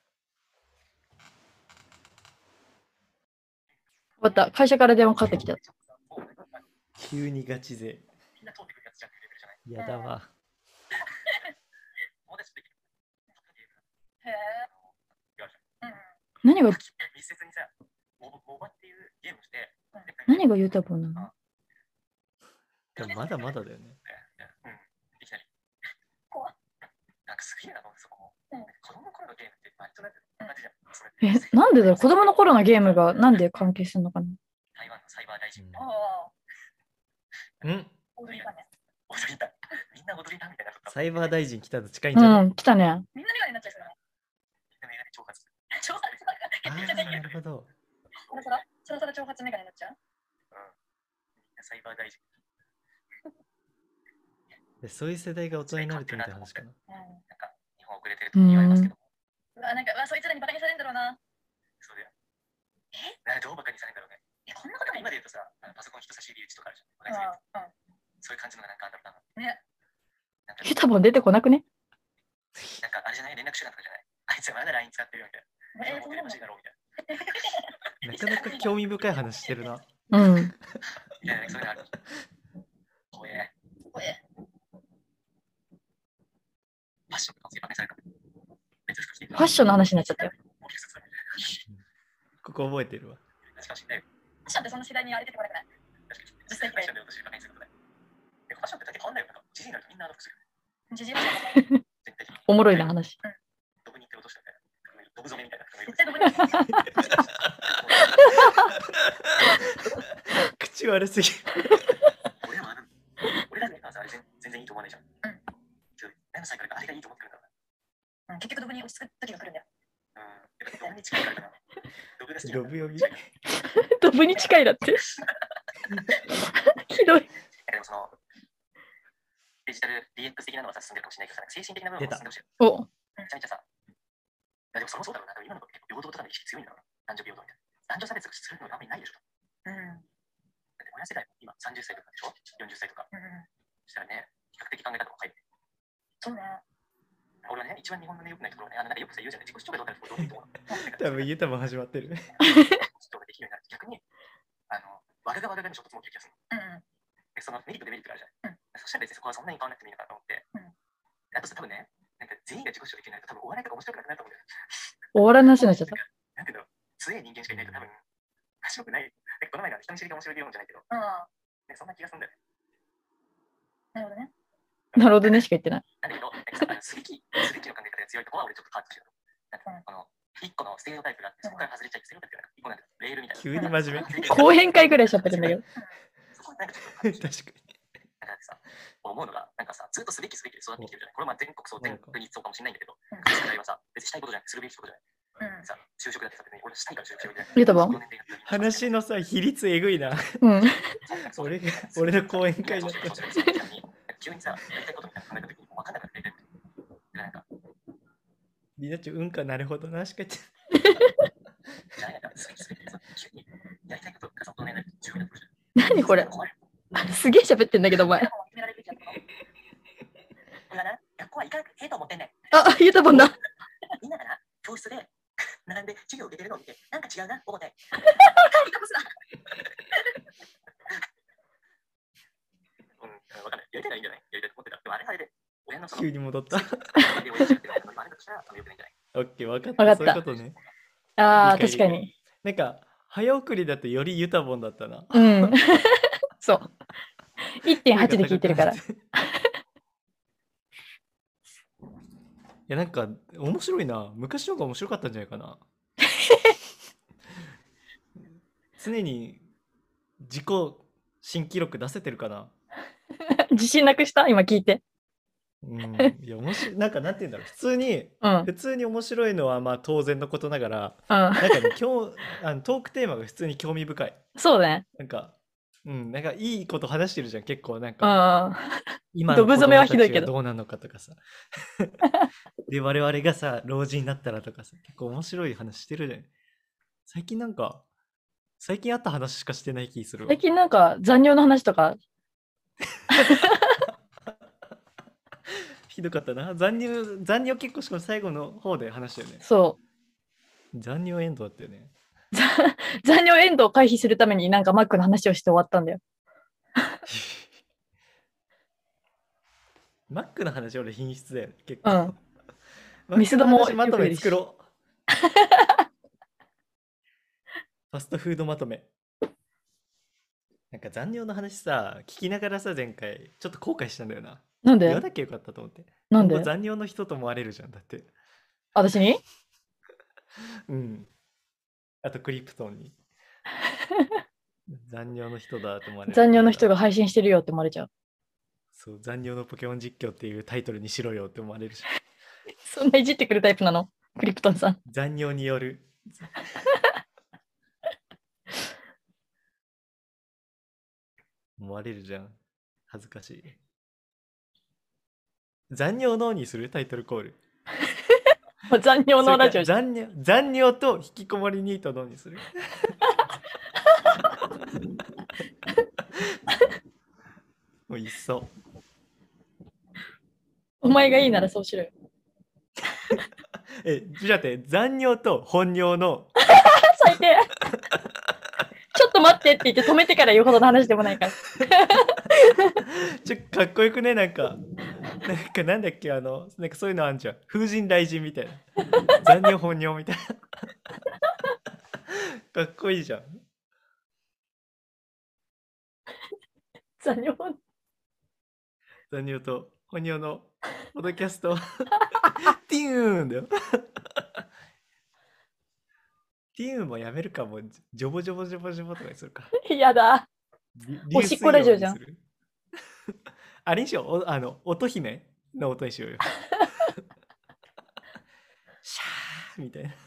終わった。会社から電話かかってきた。 急にガチ勢。やだわ。 何が何がユタボンなの？ まだまだだよね。 え、なんでだろう？子供の頃のゲームがなんで関係するのかな？ うん。サイバー大臣来たと近いんじゃない？ うん、来たね。 あー、なるほど。 そろそろ挑発メガネになっちゃう？ サイバー大臣。そういう世代が大人になるとみたいな話かな。日本遅れてると言われますけども。うわ、なんか、うわ、そいつらにバカにされるんだろうな。そうだよ。え？どうバカにされるんだろうね。え、こんなこと今で言うとさ、パソコン人差し指打ちとかあるじゃん。そういう感じのがなんかあったのかな。ね。 ユタボン出てこなくね？ なんかあれじゃない？連絡手段とかじゃない？あいつまだ ライン 使ってるみたいな。えー、そういう話だろうみたいな。なかなか興味深い話してるな。 うん。 いや、そういうのある。怖え。怖え。ファッションのバカにされた。 ファッションの話になっちゃったよ。 ここ覚えてるわ。ファッションってその世代にあれ出てこなくない？実際ファッションで私バカにすることない。ファッションってだけ変わんないよ。なんか、知事になるとみんなあの服する。知事はおもろいな話。 ドブに行って落としたみたいな。ドブ染めみたいな。絶対ドブに。口悪すぎる。俺らもある。俺らに関しては全然いいと思わないじゃん。うん。何のサイクルかあれがいいと思ってるんだろうな。結局ドブに落ち着く時が来るんだよ。うん。ドブに近いからかな。ドブが好き。ドブ読み。 ドブに近いだって。ひどい。 でもそのデジタル ディーエックス 的なのはさ進んでるかもしれないけどさ、精神的な部分も進んでほしい。 お。 めちゃめちゃさ。いやでもそれもそうだろうな。今の子結構平等とかの意識強いんだろうな。男女平等みたいな。男女差別するのがあんまりないでしょ。うん。だって親世代も今さんじゅっさいとかでしょ ?よんじゅっ 歳とか。うん。したらね、比較的考え方も変えて。そうね。俺はね、一番日本のね、良くないところはね、あのなんかよくさ言うじゃない。自己主張がどうなるとどうでいいと思う。多分言うたも始まってる。主張ができるようになると逆に、あの、我が我がに衝突も起きる気がする。うん。 そのメリットデメリットがあるじゃん。そしたら別にそこはそんなに変わらなくてもいいのかなと思って。あとさ、多分ね、なんか全員が自己主張できないと多分お笑いとか面白くなくなると思うんだよ。 お笑いの話になっちゃった。 なんけど、強い人間しかいないと多分、面白くない。なんかこの前の人見知りが面白い理論じゃないけど、ね、そんな気がするんだよね。 なるほどね。なるほどねしか言ってない。 なんだけど、なんかすべき、すべきの考え方が強いところは俺ちょっと変わってきてる。なんかこの一個のステレオタイプがあって、そこから外れちゃい、ステレオタイプが一個なんだレールみたいな。急に真面目。 講演会ぐらいしゃべるんだけど。 そこなんかちょっと確かに。だからさ、思うのが、なんかさ、ずっとすべきすべきで育ってきてるじゃない。これはまあ全国そう全国にそうかもしれないんだけど、世代はさ、別にしたいことじゃない、するべきことじゃない。うん、さ、就職だってさ、俺したいから就職みたいな。 言うたば話のさ、比率えぐいな。 うん。 俺が、俺の講演会だった。急にさ、やりたいことみたいな考えたときに分かんなくなってる。なんか、みなちゃん、うんかなるほどなしか言って。じゃあ、なんか、すべきすべきでさ、急にやりたいことがさ、大人になるじゅうになってるじゃん。 何これすげえ喋ってんだけど、お前。 学校は行かなくてええと思ってんねん。 あ、言うたばんだ。 みんながな、教室で並んで授業を受けてるのを見て、なんか違うな、思って。うん、わかんない。やりたいらいいんじゃないやりたいと思ってた。でもあれはあれで、親のその。急に戻った。オッケー、わかった。 わかった。 そういうことね。 ああ、確かに。 なんか、早送りだとよりユタボンだったな。 うん。そう。いってんはち で聞いてるから。いや、なんか、面白いな。昔の方が面白かったんじゃないかな。常に自己新記録出せてるかな。 自信なくした今聞いて。 うん、いや面白い。なんかなんて言うんだろう。普通に、 うん、 普通に面白いのはまあ当然のことながら、 うん、 なんかね、今日あのトークテーマが普通に興味深い。 そうね。 なんか、うん、なんかいいこと話してるじゃん、結構なんか。 うん。 今の子供たちがどうなのかとかさ。で、我々がさ、老人になったらとかさ、結構面白い話してるじゃん。最近なんか、最近あった話しかしてない気するわ。 最近なんか残業の話とか。 ひどかったな。残業、残業結構しかも最後の方で話したよね。 そう。 残業エンドだったよね。 残業エンドを回避するためになんかマックの話をして終わったんだよ。 マックの話俺品質だよね、結構。 うん。ミスドもまとめ作ろう。ファストフードまとめ。なんか残業の話さ、聞きながらさ、前回、ちょっと後悔したんだよな。 なんで言わなきゃよかったと思って。 なんで残業の人と思われるじゃん、だって。 私にうん。あとクリプトンに。残業の人だと思われる。 残業の人が配信してるよって思われちゃう。 そう、残業のポケモン実況っていうタイトルにしろよって思われるじゃん。 そんないじってくるタイプなのクリプトンさん。 残業による。思われるじゃん。恥ずかしい。残業のにするタイトルコール。 残業のラジオ。 残業、残業と引きこもりニートのにする。もういっそ。 お前がいいならそうしろよ。 え、じゃあって残業と本業の。 最低。ちょっと待ってって言って止めてから言うほどの話でもないから。 ちょっとかっこよくね、なんか。なんかなんだっけ、あの、なんかそういうのあんじゃん。風神雷神みたいな。残業本業みたいな。かっこいいじゃん。 残業残業と本業のポッドキャスト。ティーンだよ。ティーンもやめるかも。ジョボジョボジョボジョボとかにするか。 やだ。おしっこラジオじゃん。 あれにしよう。あの、音姫の音にしようよ。シャーみたいな。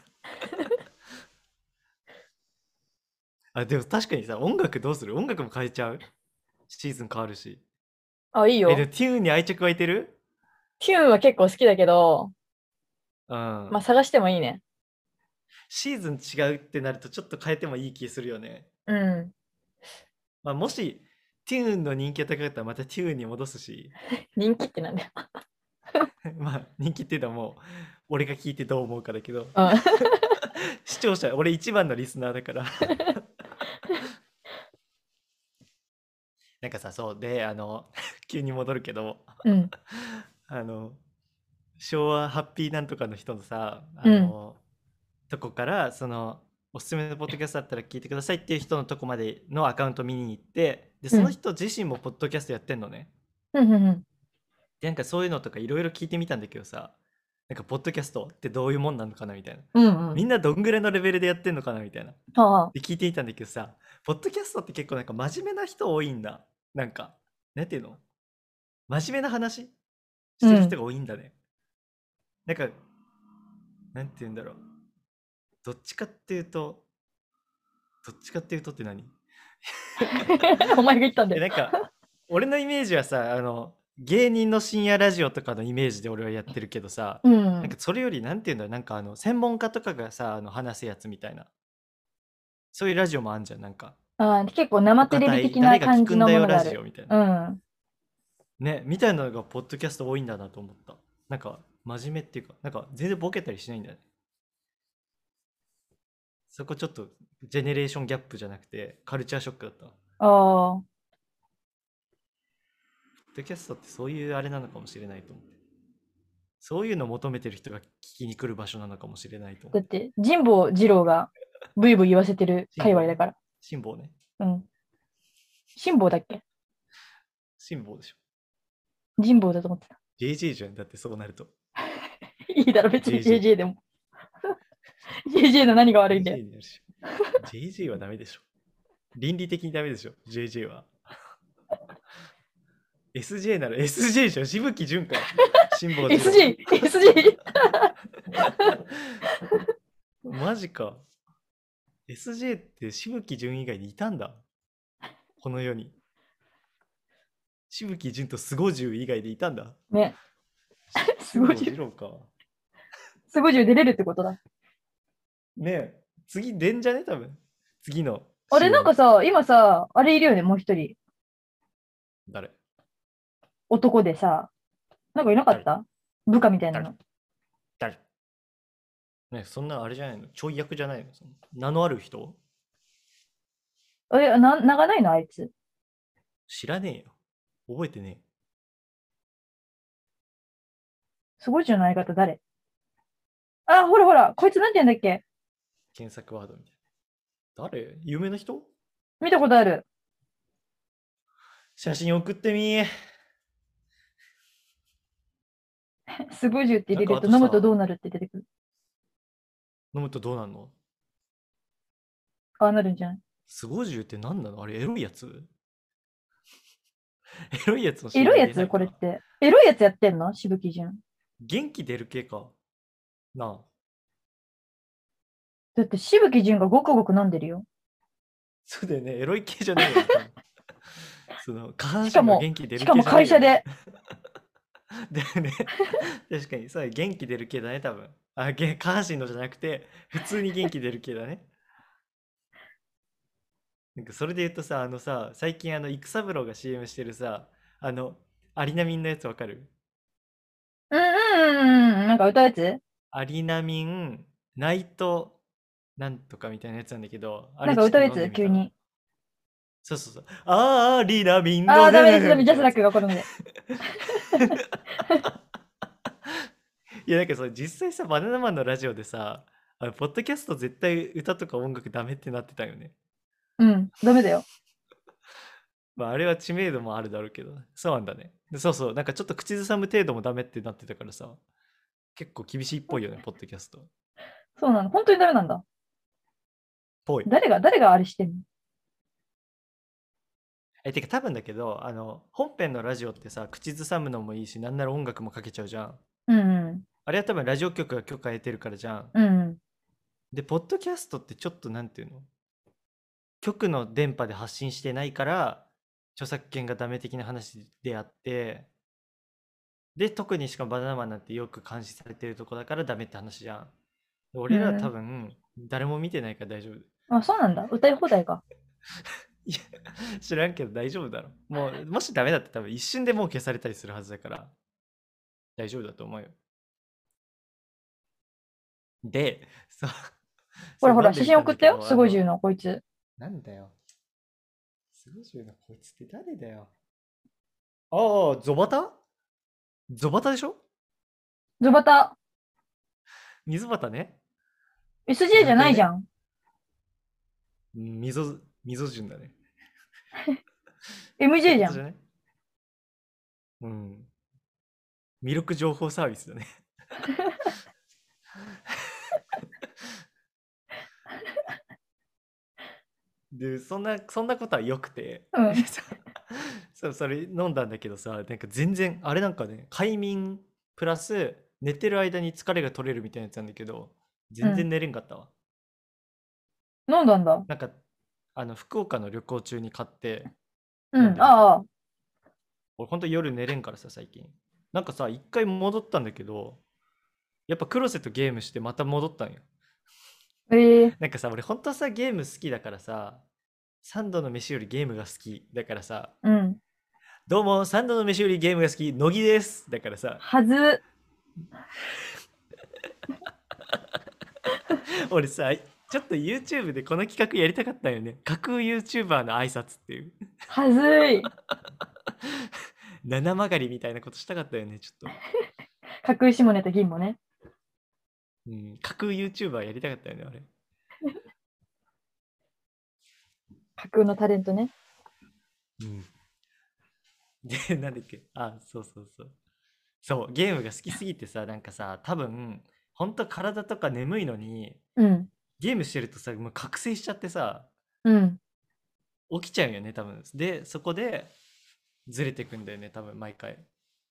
あ、でも確かにさ、音楽どうする？音楽も変えちゃう？シーズン変わるし。 あ、いいよ。 え、でもテューンに愛着湧いてる？ テューンは結構好きだけど、 うん。 まあ探してもいいね。 シーズン違うってなるとちょっと変えてもいい気するよね。 うん。 まあもしテューンの人気が高かったらまたテューンに戻すし。 人気ってなんだよ。 まあ人気っていうのはもう俺が聞いてどう思うかだけど、 うん、 視聴者俺一番のリスナーだから。 なんかさ、そうで、あの、急に戻るけど、 うん。 あの、昭和ハッピーなんとかの人のさ、あうん。 の、とこから、その、おすすめのポッドキャストだったら聞いてくださいっていう人のとこまでのアカウント見に行って、で、そのうん。 人自身もポッドキャストやってんのね。 うん。うん。 で、なんかそういうのとかいろいろ聞いてみたんだけどさ、なんかポッドキャストってどういうもんなのかなみたいな。 うん。うん。 みんなどんぐらいのレベルでやってんのかなみたいな。 はあ。 で、聞いてみたんだけどさ、ポッドキャストって結構なんか真面目な人多いんだ。なんか、なんていうの、真面目な話しうん。 てる人が多いんだね。なんか、なんていうんだろう。どっちかっていうと、どっちかっていうとって何お前が言ったんだえ、 よ。 なんか、俺のイメージはさ、あの、芸人の深夜ラジオとかのイメージで俺はやってるけどさ、 うなんかん。 それよりなんていうんだろう、なんかあの、専門家とかがさ、あの、話すやつみたいな。そういうラジオもあんじゃん、なんか。 ああ、結構生お堅い、 テレビ的な誰が聞感じのくんだよものがある。 ラジオみたいな。 うん。 ね、みたいなのがポッドキャスト多いんだなと思った。なんか、真面目っていうか、なんか全然ボケたりしないんだよね。そこちょっと、ジェネレーションギャップじゃなくて、カルチャーショックだったわ。 ああ。 ポッドキャストってそういうあれなのかもしれないと思って。そういうのを求めてる人が聞きに来る場所なのかもしれないと思って。 だって、神保二郎がブイブイ言わせてる辛抱ね。 界隈だから。 辛抱ね。 うん。辛抱だっけ？ 辛抱でしょ。 神保だと思ってた。 ジェージェー じゃん。だってそうなると。 いいだろ、別にジェージェー。 ジェージェー でも。ジェージェー の何が悪いんだよ。 ジェージェー になるし。ジェージェー はダメでしょ。倫理的にダメでしょ。ジェージェー は。エスジェー なら エスジェー じゃん。しぶきじゅんか。辛抱二郎。 エスジー、エスジー。 マジか。エスジェー ってしぶきじゅん以外にいたんだ。この世に。しぶきじゅんとスゴジュウ以外でいたんだ。 ね。す辛抱ごい。 二郎か。 すごい出れるってことだ。 ねえ。次出んじゃね多分。次のあれ、 シーエム。 なんかさ、今さ、あれいるよね、もう一人。 誰男でさ、なんかいなかっ誰た？部下みたいな誰の。 誰ね、そんなあれじゃないの、ちょい役じゃないの、その名のある人。 え、な、長ないのあいつ。 知らねえよ。覚えてねえ。 すごいじゃない方誰？あ、ほらほら、こいつなんて言うんだっけ？ 検索ワードみたいな。誰有名な人。 見たことある。 写真送ってみー。 すごいじゅうってなん入れるとかあとさ、 飲むとどうなるって出てくる。 飲むとどうなんの。 ああなるんじゃない？ スゴジュウって何なのあれ、エロいやつ。エロいやつのエロシーエムいやつ入れないか。 これって。エロいやつやってんのしぶきじゅん。 元気出る系か。なあ。 だってしぶきじゅんがごくごく飲んでるよ。 そうだよね。エロい系じゃないよね。多分その下半しかも、 身が元気出しかもる系じゃないよね。 会社で。 だよね。確かに、そう元気出る系だね、多分。あ、げ下半身のじゃなくて、普通に元気出る系だね。なんかそれで言うとさ、あのさ、最近あの、育三郎が シーエム してるさ、あの、アリナミンのやつわかる？ うんうんうんうん。なんか歌うやつ？ アリナミン、ナイト、なんとかみたいなやつなんだけど、あなんれちょっとか歌うやつ飲んでみたら。 急に。 そうそうそう。あー、アリナミンああ、 のねダメです、ダメ、ジャスラッーみたいなやつ。 クがこの目で。 いや、なんかそれ実際さ、バナナマンのラジオでさ、あのポッドキャスト絶対歌とか音楽ダメってなってたよね。 うん、ダメだよ。 まあ、あれは知名度もあるだろうけど、そうなんだね。でそうそう、なんかちょっと口ずさむ程度もダメってなってたからさ、結構厳しいっぽいよね、ポッドキャスト。 そうなの。本当にダメなんだ。 ぽい。 誰が、誰があれしてんの？ え、てか多分だけど、あの、本編のラジオってさ、口ずさむのもいいし、なんなら音楽もかけちゃうじゃん。 うんうん。 あれは多分ラジオ局が許可得てるからじゃん。 うんうん。 で、ポッドキャストってちょっとなんていうの、局の電波で発信してないから、著作権がダメ的な話であって、で、特にしかもバナナマンなんてよく監視されてるとこだからダメって話じゃん。俺ら多うん。 分、誰も見てないから大丈夫。 あ、そうなんだ。歌い放題か。 いや、知らんけど大丈夫だろ。もう、もしダメだって多分一瞬でもう消されたりするはずだから、大丈夫だと思うよ。で、そう、 ほらほら、写それ飲んでみ真送ったよ。 たんだけど、 すごいじゅうあの、 のこいつ。 なんだよ。 すごいな、こいつって誰だよ。ああ、ゾバタゾバタでしょ？ ズバタ。 水バタね。 エスジェー じゃないじゃん。 うん、みぞ、みぞ順だね。 エムジェー じゃん。 そういうことじゃない？うん。魅力情報サービスだね。で、そんな、そんなことはよくて、 うん。 そう、それ飲んだんだけどさ、なんか全然、あれなんかね、快眠プラス寝てる間に疲れが取れるみたいなやつなんだけど、 うん。 全然寝れんかったわ。 飲んだんだ。 なんか、あの、福岡の旅行中に買ってうん。 飲んでみた。 ああ。 俺ほんと夜寝れんからさ、最近。なんかさ、一回戻ったんだけど、やっぱクロセとゲームしてまた戻ったんよ。 ええ。 なんかさ、俺ほんとさ、ゲーム好きだからさ、三度の飯よりゲームが好きだからさ、 うん。 どうも、三度の飯よりゲームが好き、乃木です。だからさ、 はず。 俺さ、ちょっと YouTube でこの企画やりたかったよね。架空 YouTuber の挨拶っていう。 はずい。 七曲りみたいなことしたかったよね、ちょっと。 架空下ネタ銀もね。 うん、架空 YouTuber やりたかったよね、俺。 架空のタレントね。 うん。で、なんだっけ、あ、そうそうそう。そう、ゲームが好きすぎてさ、なんかさ、多分、ほんと体とか眠いのに、 うん。 ゲームしてるとさ、もう覚醒しちゃってさ、 うん。 起きちゃうよね、多分。で、そこでずれてくんだよね、多分、毎回。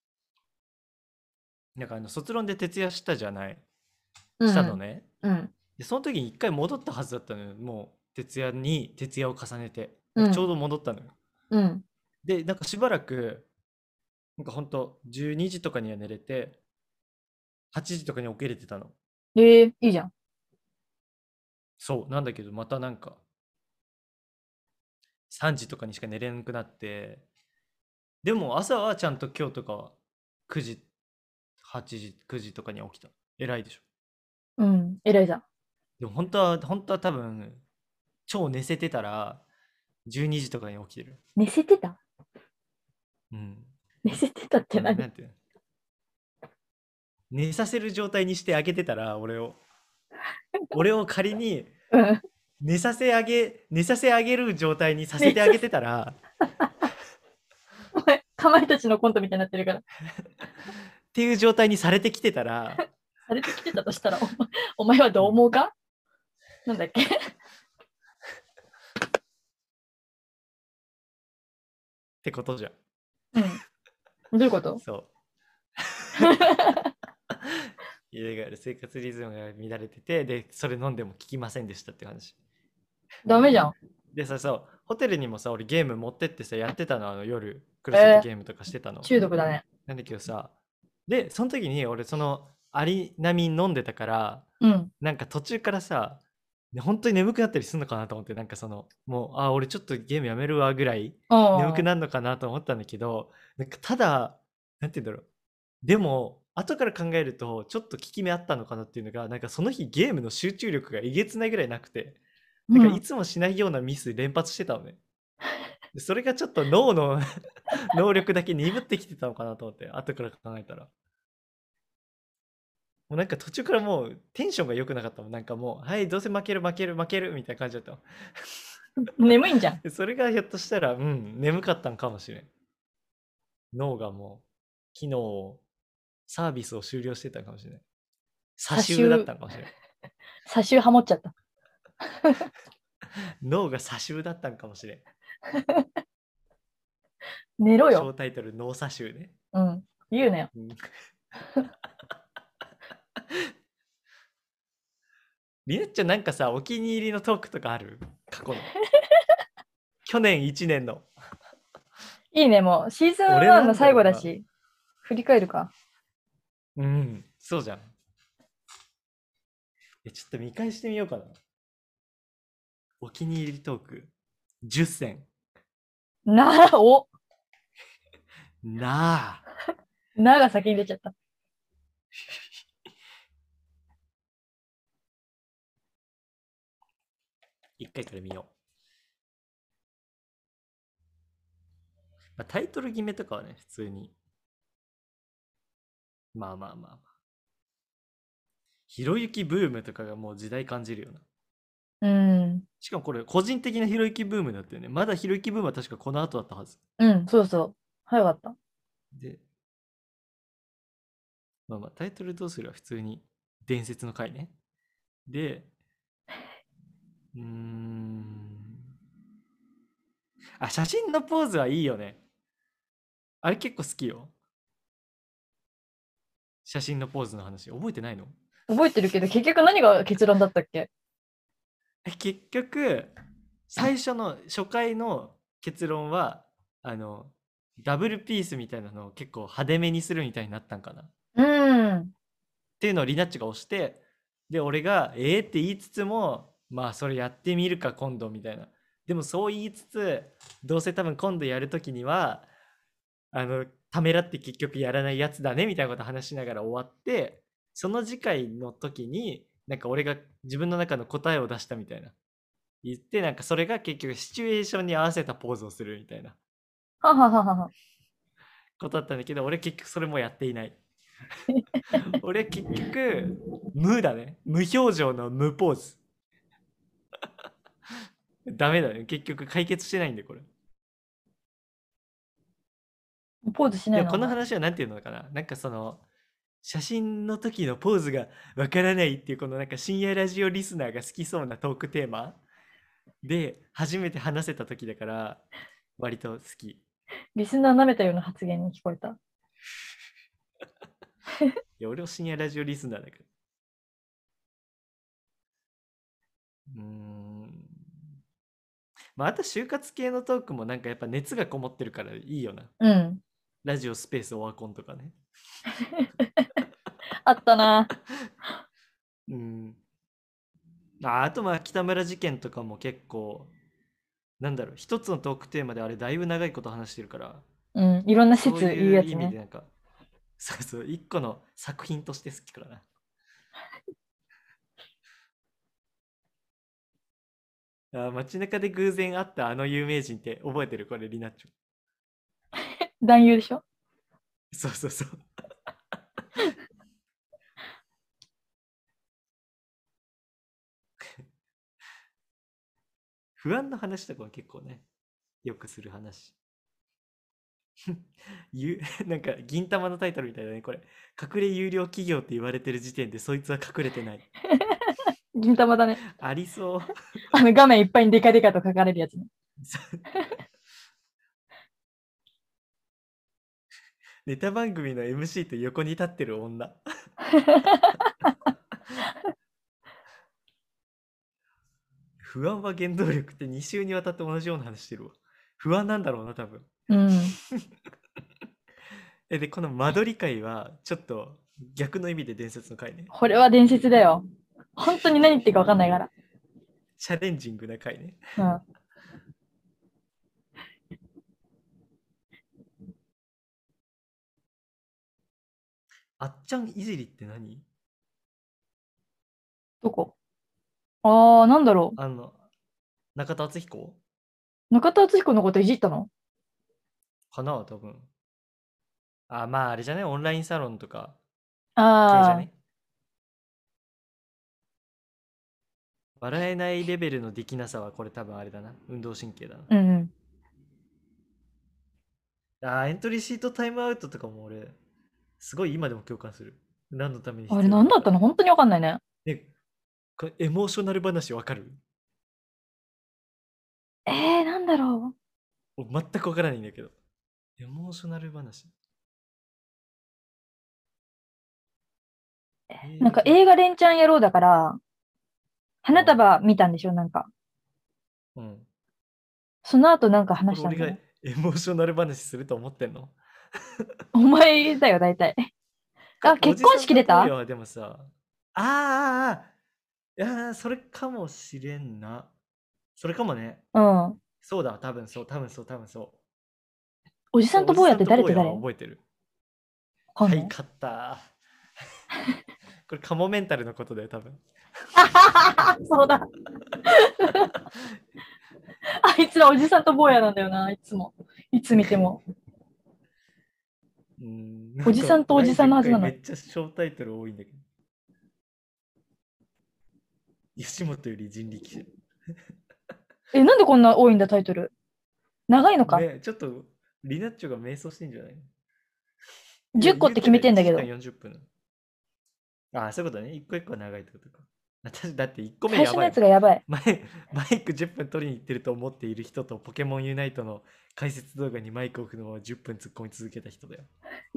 なんかあの、卒論で徹夜したじゃない。 うん。 したのね。 うん。 で、その時に一回戻ったはずだったのよ。もう、徹夜に徹夜を重ねて。なうん。 んかちょうど戻ったのよ。 うん。 で、なんかしばらく、なんかほんと、じゅうにじとかには寝れて、はちじとかに起きれてたの。 ええ、いいじゃん。 そう、なんだけど、またなんか、さんじとかにしか寝れなくなって、でも朝はちゃんと今日とかはくじ、はちじ、くじとかに起きた。偉いでしょ。 うん。偉いじゃん。 でも本当は、本当は多分、超寝せてたら、じゅうにじとかに起きてる。 寝せてたうん。 寝せてたってあの、 何？ なんていうの、寝させる状態にしてあげてたら、俺を。俺を仮にうん。 寝させあげ、寝させあげる状態にさせ寝させ、 てあげてたら、 お前、かまいたちのコントみたいになってるから。 っていう状態にされてきてたら、 されてきてたとしたら、お前、お前はどううん、 思うか？なんだっけ？ ってことじゃん。 うん。どういうこと？ そう。いやだから生活リズムが乱れてて、で、それ飲んでも効きませんでしたっていう話。 ダメじゃん。 でさ、そう、ホテルにもさ、俺ゲーム持ってってさ、やってたの、あの夜、クロスってえー、 ゲームとかしてたの。 中毒だね。 なんだけどさ、で、その時に俺、その、アリナミン飲んでたから、 うん。 なんか途中からさ、ね本当に眠くなったりするのかなと思って、なんかその、もう、あ、俺ちょっとゲームやめるわぐらい眠くああ。 なるのかなと思ったんだけど、なんかただ、なんて言うんだろう。でも、後から考えると、ちょっと効き目あったのかなっていうのが、なんかその日ゲームの集中力がえげつないぐらいなくて、なんかいうん。 つもしないようなミス連発してたのね。でそれがちょっと脳の能力だけ鈍ってきてたのかなと思って、後から考えたら。もうなんか途中からもうテンションが良くなかったもん。なんかもう、はい、どうせ負ける負ける負けるみたいな感じだったもん。 眠いんじゃん。 でそれがひょっとしたら、うん、眠かったんかもしれん。脳がもう、機能を、サービスを終了してたかもしれない。差差ししだったんかもしれん。 差しハモっちゃった。 脳が差しだったんかもしれん。 寝ろよ。 小タイトル脳差しね。 うん。言うなよ。 うん、りなっちゃんなんかさ、お気に入りのトークとかある？過去の。去年いちねんの。 いいね、もう。シーズン俺ワンの最なんだろうな。 後だし、振り返るか。 うん、そうじゃん。え、ちょっと見返してみようかな。お気に入りトーク。じゅっせん。 なあ、お、 なあ。 なが先に出ちゃった。 一回から見よう。 まあ、タイトル決めとかはね、普通に。まあまあまあまあ。ひろゆきブームとかがもう時代感じるよな。 うん。 しかもこれ、個人的なひろゆきブームだったよね。まだひろゆきブームは確かこの後だったはず。 うん、そうそう。早かった。 で、まあまあ、タイトルどうするは普通に伝説の回ね。で、うーん。あ、写真のポーズはいいよね。あれ結構好きよ。写真のポーズの話。覚えてないの？ 覚えてるけど、結局何が結論だったっけ？ え結局、最初の初回の結論は、あの、ダブルピースみたいなのを結構派手めにするみたいになったんかな。っうん。 ていうのをリナッチが押して、で、俺が、えーって言いつつも、まあ、それやってみるか、今度、みたいな。でも、そう言いつつ、どうせ多分今度やるときには、あの、ためらって結局やらないやつだね、みたいなこと話しながら終わって、その次回の時に、なんか俺が自分の中の答えを出したみたいな。言って、なんかそれが結局シチュエーションに合わせたポーズをするみたいなははははは。 ことだったんだけど、俺結局それもやっていない。俺結局、無だね。無表情の無ポーズ。ダメだね。結局解決してないんで、これ。 ポーズしないの、 でもこお前。 の話は何ていうのかな。なんかその、写真の時のポーズがわからないっていう、このなんか深夜ラジオリスナーが好きそうなトークテーマで初めて話せた時だから、割と好き。いリスナー舐めたような発言に聞こえた。 や、俺も深夜ラジオリスナーだから。うーん。まあ、あと就活系のトークもなんかやっぱ熱がこもってるからいいよな。 うん。 ラジオスペースオワコンとかね。 あったな。 うん。ああとまあ北村事件とかも結構、なんだろう、一つのトークテーマであれだいぶ長いこと話してるから、 うん。いろんなそう説言ういうやつね。 意味でなんか、そうそう、一個の作品として好きからな。あー街中で偶然会ったあの有名人って覚えてる？これ、リナッチョ。 男優でしょ？ そうそうそう。不安の話とかは結構ね、よくする話。ゆなんか銀玉のタイトルみたいだね、これ。隠れ有料企業って言われてる時点でそいつは隠れてない。 銀玉だね。 ありそう。 あの画面いっぱいにデカデカと書かれるやつね。 ネタ番組の エムシー と横に立ってる女。不安は原動力ってに週にわたって同じような話してるわ。不安なんだろうな、多分。 うん。 えで、この間取り会は、ちょっと逆の意味で伝説の回ね。 これは伝説だよ。本当に何言ってるか分かんないから。 チャレンジングな回ね。 うん。 あっちゃんいじりって何？ どこ？ああ、なんだろあの、中田敦彦う。中田敦彦のこといじったの？ かな多分。あ、まああれじゃねオンラインサロンとか系じゃああ、 ね笑えないレベルのできなさはこれ多分あれだな。運動神経だうんうん。 な。あー、エントリーシートタイムアウトとかも俺、すごい今でも共感する。何のためにあれ必要なのか。 何だったの？本当に分かんないね。 ね、これエモーショナル話わかる？ えー、なんだろ俺全くわからないんだけど。エモーショナル話。 う。なんか映画。 映画連チャン野郎だから、花うん。 束見たんでしょなんか。 うん。 その後なんかこれ俺が話したんじゃない？ エモーショナル話すると思ってんの？ お前だよ、大体。あ、 お結婚じさんと式出た？ 坊やはでもさ、あーあー、あーいやー、それかもしれんな。それかもね。 うん。 そうだ、多分そう、多分そう、多分そう。 おじさんと坊やって誰と誰？ おじさんと坊やは覚えてる。はい、 わかんない。 勝った。これカモメンタルのことだよ、多分。 そうだ。あいつらおじさんと坊やなんだよな、いつも。 いつ見ても。 うん、 おじさんとおじさんのはずなのめっちゃ小タイトル多いんだけど。吉本より人力車。 え、なんでこんな多いんだ、タイトル。長いのか。 ね、ちょっと、リナッチョが迷走してんじゃないの？ じゅっこって決めてんだけど。 いちじかんよんじゅっぷん。ああ、そういうことね。一個一個長いってことか。私だっていっこめやばい。 最初のやつがやばい。 マイマイクじゅっぷん取りに行ってると思っている人とポケモンユナイトの解説動画にマイクを置くのをじゅっぷん突っ込み続けた人だよ。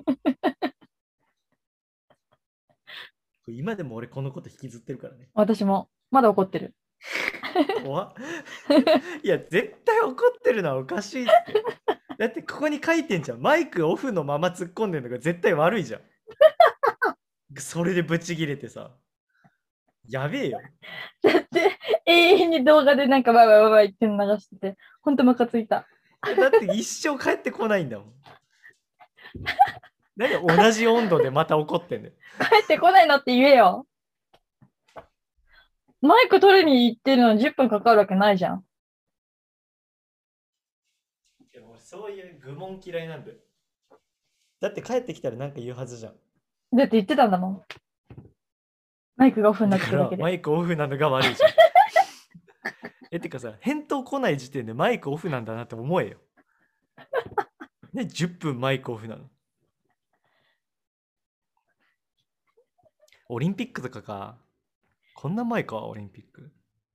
今でも俺このこと引きずってるからね。 私も。まだ怒ってる。 怖っ。いや、絶対怒ってるのはおかしいって。だってここに書いてんじゃん。マイクオフのまま突っ込んでるのが絶対悪いじゃん。それでブチギレてさ。やべえよ。 だって永遠に動画でなんかバイバイバイバイって流してて、ほんとムカついた。 だって一生帰ってこないんだもん。なんで同じ温度でまた怒ってんのよ。 帰ってこないのって言えよ。マイク取りに行ってるのにじゅっぷんかかるわけないじゃん。 いや俺そういう愚問嫌いなんだよ。だって帰ってきたらなんか言うはずじゃん。 だって言ってたんだもん。マイクがオフになだからってるだけで。 マイクオフなのが悪いじゃん。え、てかさ、返答来ない時点でマイクオフなんだなって思えよ。ね、じゅっぷんマイクオフなの。オリンピックとかか。こんな前か、オリンピック。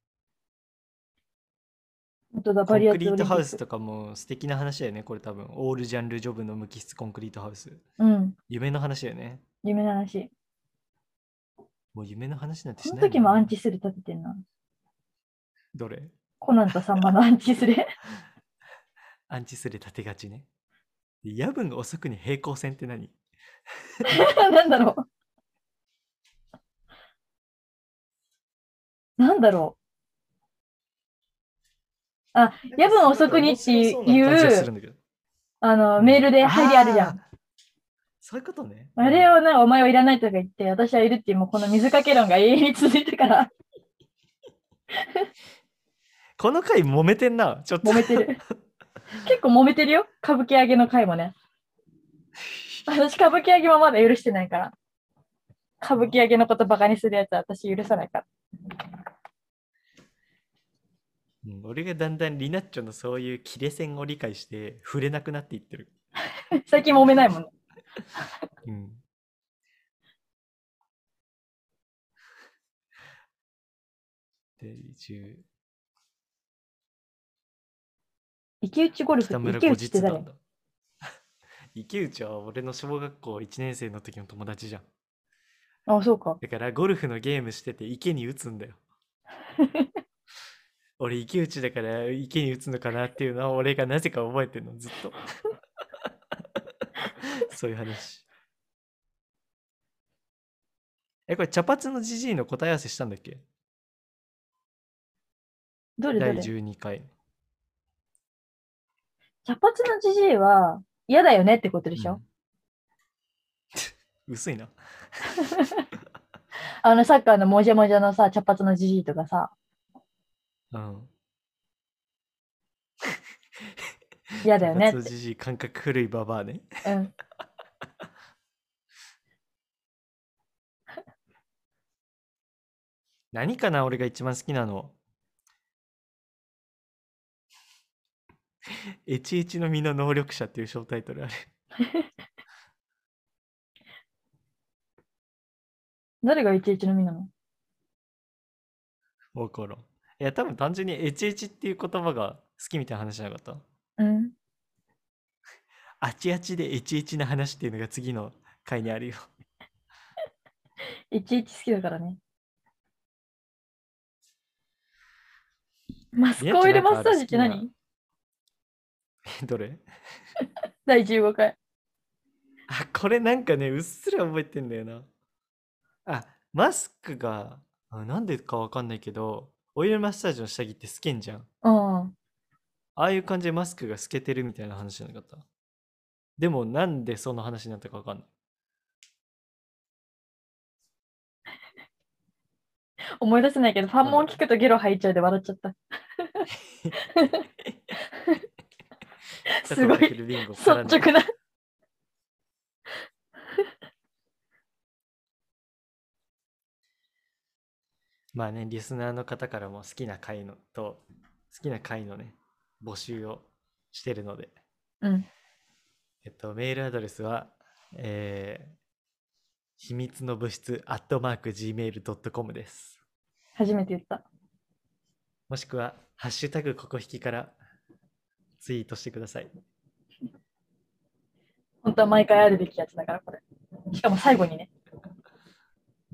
本当だ、 コンバリアクリートハウスととかも素敵な話だよね、これ多分。オールジャンルジョブの無機質コンクリートハウス。 うん、 夢の話だよね。 夢の話。 もう夢の話なんてこのしない時もアンチスレ立ててんな。 どれ？ コナンとサンマのアンチスレ。 アンチスレ立てがちね。夜分遅くに平行線って何？ なんだろう。なんだろう。あ、夜分遅くにっていう、あの、うん、メールで入りあるじゃん。 そういうことね。 あれをなんかお前はいらないとか言って、私はいるっていう、もうこの水かけ論が永遠に続いてから。 この回揉めてんな。ちょっと。 揉めてる。結構揉めてるよ。歌舞伎揚げの回もね。私、歌舞伎揚げもまだ許してないから。歌舞伎揚げのことバカにするやつは私許さないから。 うん、俺がだんだんリナッチョのそういう切れ線を理解して触れなくなっていってる。 最近揉めないもんね。 うん。で、一応。 池内ゴルフって池内って誰？ 池内は俺の小学校いちねん生の時の友達じゃん。 あ、そうか。 だからゴルフのゲームしてて池に打つんだよ。俺池内だから池に打つのかなっていうのは俺がなぜか覚えてるの、ずっと。そういう話。え、これ茶髪のじじいの答え合わせしたんだっけ？ どれどれ？ だいじゅうにかい。 茶髪のじじいは嫌だよねってことでしょ？ うん、薄いな。 あのサッカーのもじゃもじゃのさ、茶髪のじじいとかさ。 うん。 嫌だよねって。茶髪のじじい、感覚古いババアね。 うん。 何かな、俺が一番好きなの。エチエチの実の能力者っていう小タイトルある。 誰がいちいちの実なの？ わからん。いや、多分単純にエチエチっていう言葉が好きみたいな話じゃなかった？ うん。 あちあちでエチエチな話っていうのが次の回にあるよ。 いちいち好きだからね。マスクオイルマッサージって何？ どれ？ だいじゅうごかい。 あ、これなんかね、うっすら覚えてんだよな。あ、マスクが、あ、なんでかわかんないけど、オイルマッサージの下着って透けんじゃん。 うん。 ああいう感じでマスクが透けてるみたいな話じゃなかった？でもなんでその話になったかわかんない。 思い出せないけど、ファンモン聞くとゲロ吐いちゃうで笑っちゃった。 すごいチョコかけるリンゴ率絡んでる。 直な。 まあね、リスナーの方からも好きな回のと、好きな回のね、募集をしてるので、 うん。 えっと、メールアドレスは、えー、秘密の物質、アットマーク、ジーメールドットコム です。 初めて言った。 もしくは、ハッシュタグここ引きからツイートしてください。 本当は毎回あるべきやつだから、これ。しかも最後にね。 うん。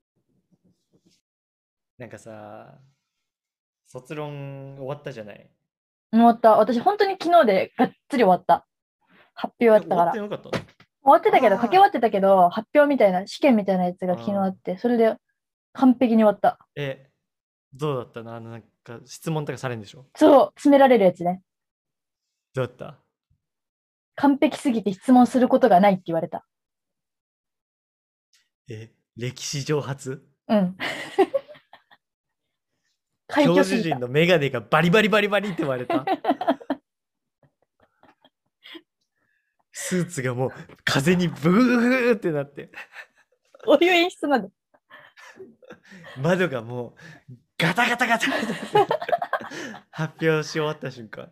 なんかさ、卒論終わったじゃない。 終わった。私、本当に昨日でがっつり終わった。発表え、 やった終わから。 ってなかったの？ 終わってたけど、書き終わあってたけど、発表みたいな、試験みたいなやつがあ、ああ。 昨日あって、それで完璧に終わった。 え、どうだったの？あの、なんか質問とかされるんでしょ？ そう、詰められるやつね。 どうだった？ 完璧すぎて質問することがないって言われた。 え、歴史上初？ うん。快教挙すぎた。 授陣のメガネがバリバリバリバリって割れた。スーツがもう風にブーってなって、 こういう演出なんだ。 窓がもうガタガタガタって発表し終わった瞬間。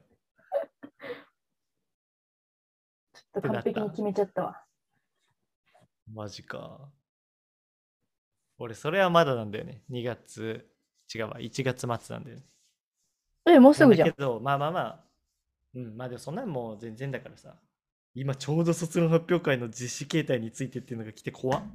ちょっと完璧に決めちゃったわ。 マジか。俺、それはまだなんだよね。にがつ、違うわ、いちがつ末なんだよね。 え、もうすなんぐじゃん。 だけど、まあまあまあ、うん、まあでもそんなんもう全然だからさ。今ちょうど卒論発表会の実施形態についてっていうのが来て怖っ。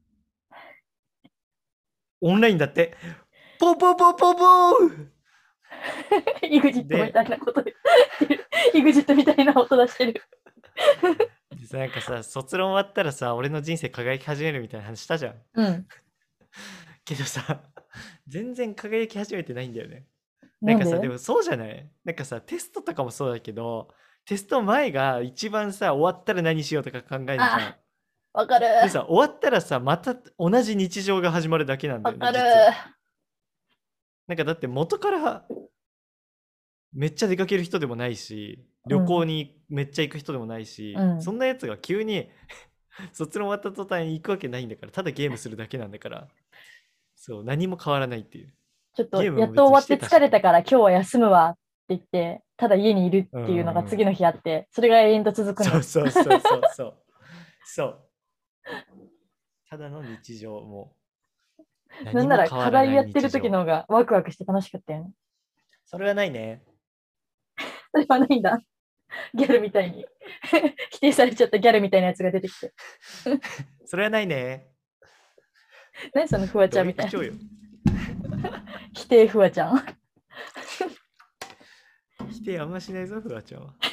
オンラインだって。ポンポンポンポンポンイグジットみで、 たいなことで。イグジットみたいな音出してる。 でさなんかさ、卒論終わったらさ、俺の人生輝き始めるみたいな話したじゃん。 うん。 けどさ、全然輝き始めてないんだよね。なんかさ、 なんで？ でもそうじゃない？なんかさ、テストとかもそうだけど、テスト前が一番さ、終わったら何しようとか考えるじゃん。 あ、わかる。 でさ、終わったらさ、また同じ日常が始まるだけなんだよね、 わかる。 実は。なんかだって元からめっちゃ出かける人でもないし、旅行うん。 にめっちゃ行く人でもないし、そうん。 んなやつが急に卒論終わった途端に行くわけないんだから、ただゲームするだけなんだから、そう、何も変わらないっていう。 ちょっと、 ゲームやっと終も別にわって疲れしてたし。 たから今日は休むわって言って、ただ家にいるうんっていうのがうんうん。 次の日あって、それが永遠と続くのそうよ。 そうそうそうそう。そう。ただの日常、もうなんな何もら課題変わらないやってる時日常。 の方がワクワクして楽しかったよね。 それはないね。 それはないんだ。ギャルみたいに。否定されちゃったギャルみたいなやつが出てきて。 それはないね。 何そのフワちどゃんみたいな。 ういう口調よ。 否定フワちゃん。 否定あんましないぞ、フワちゃんは。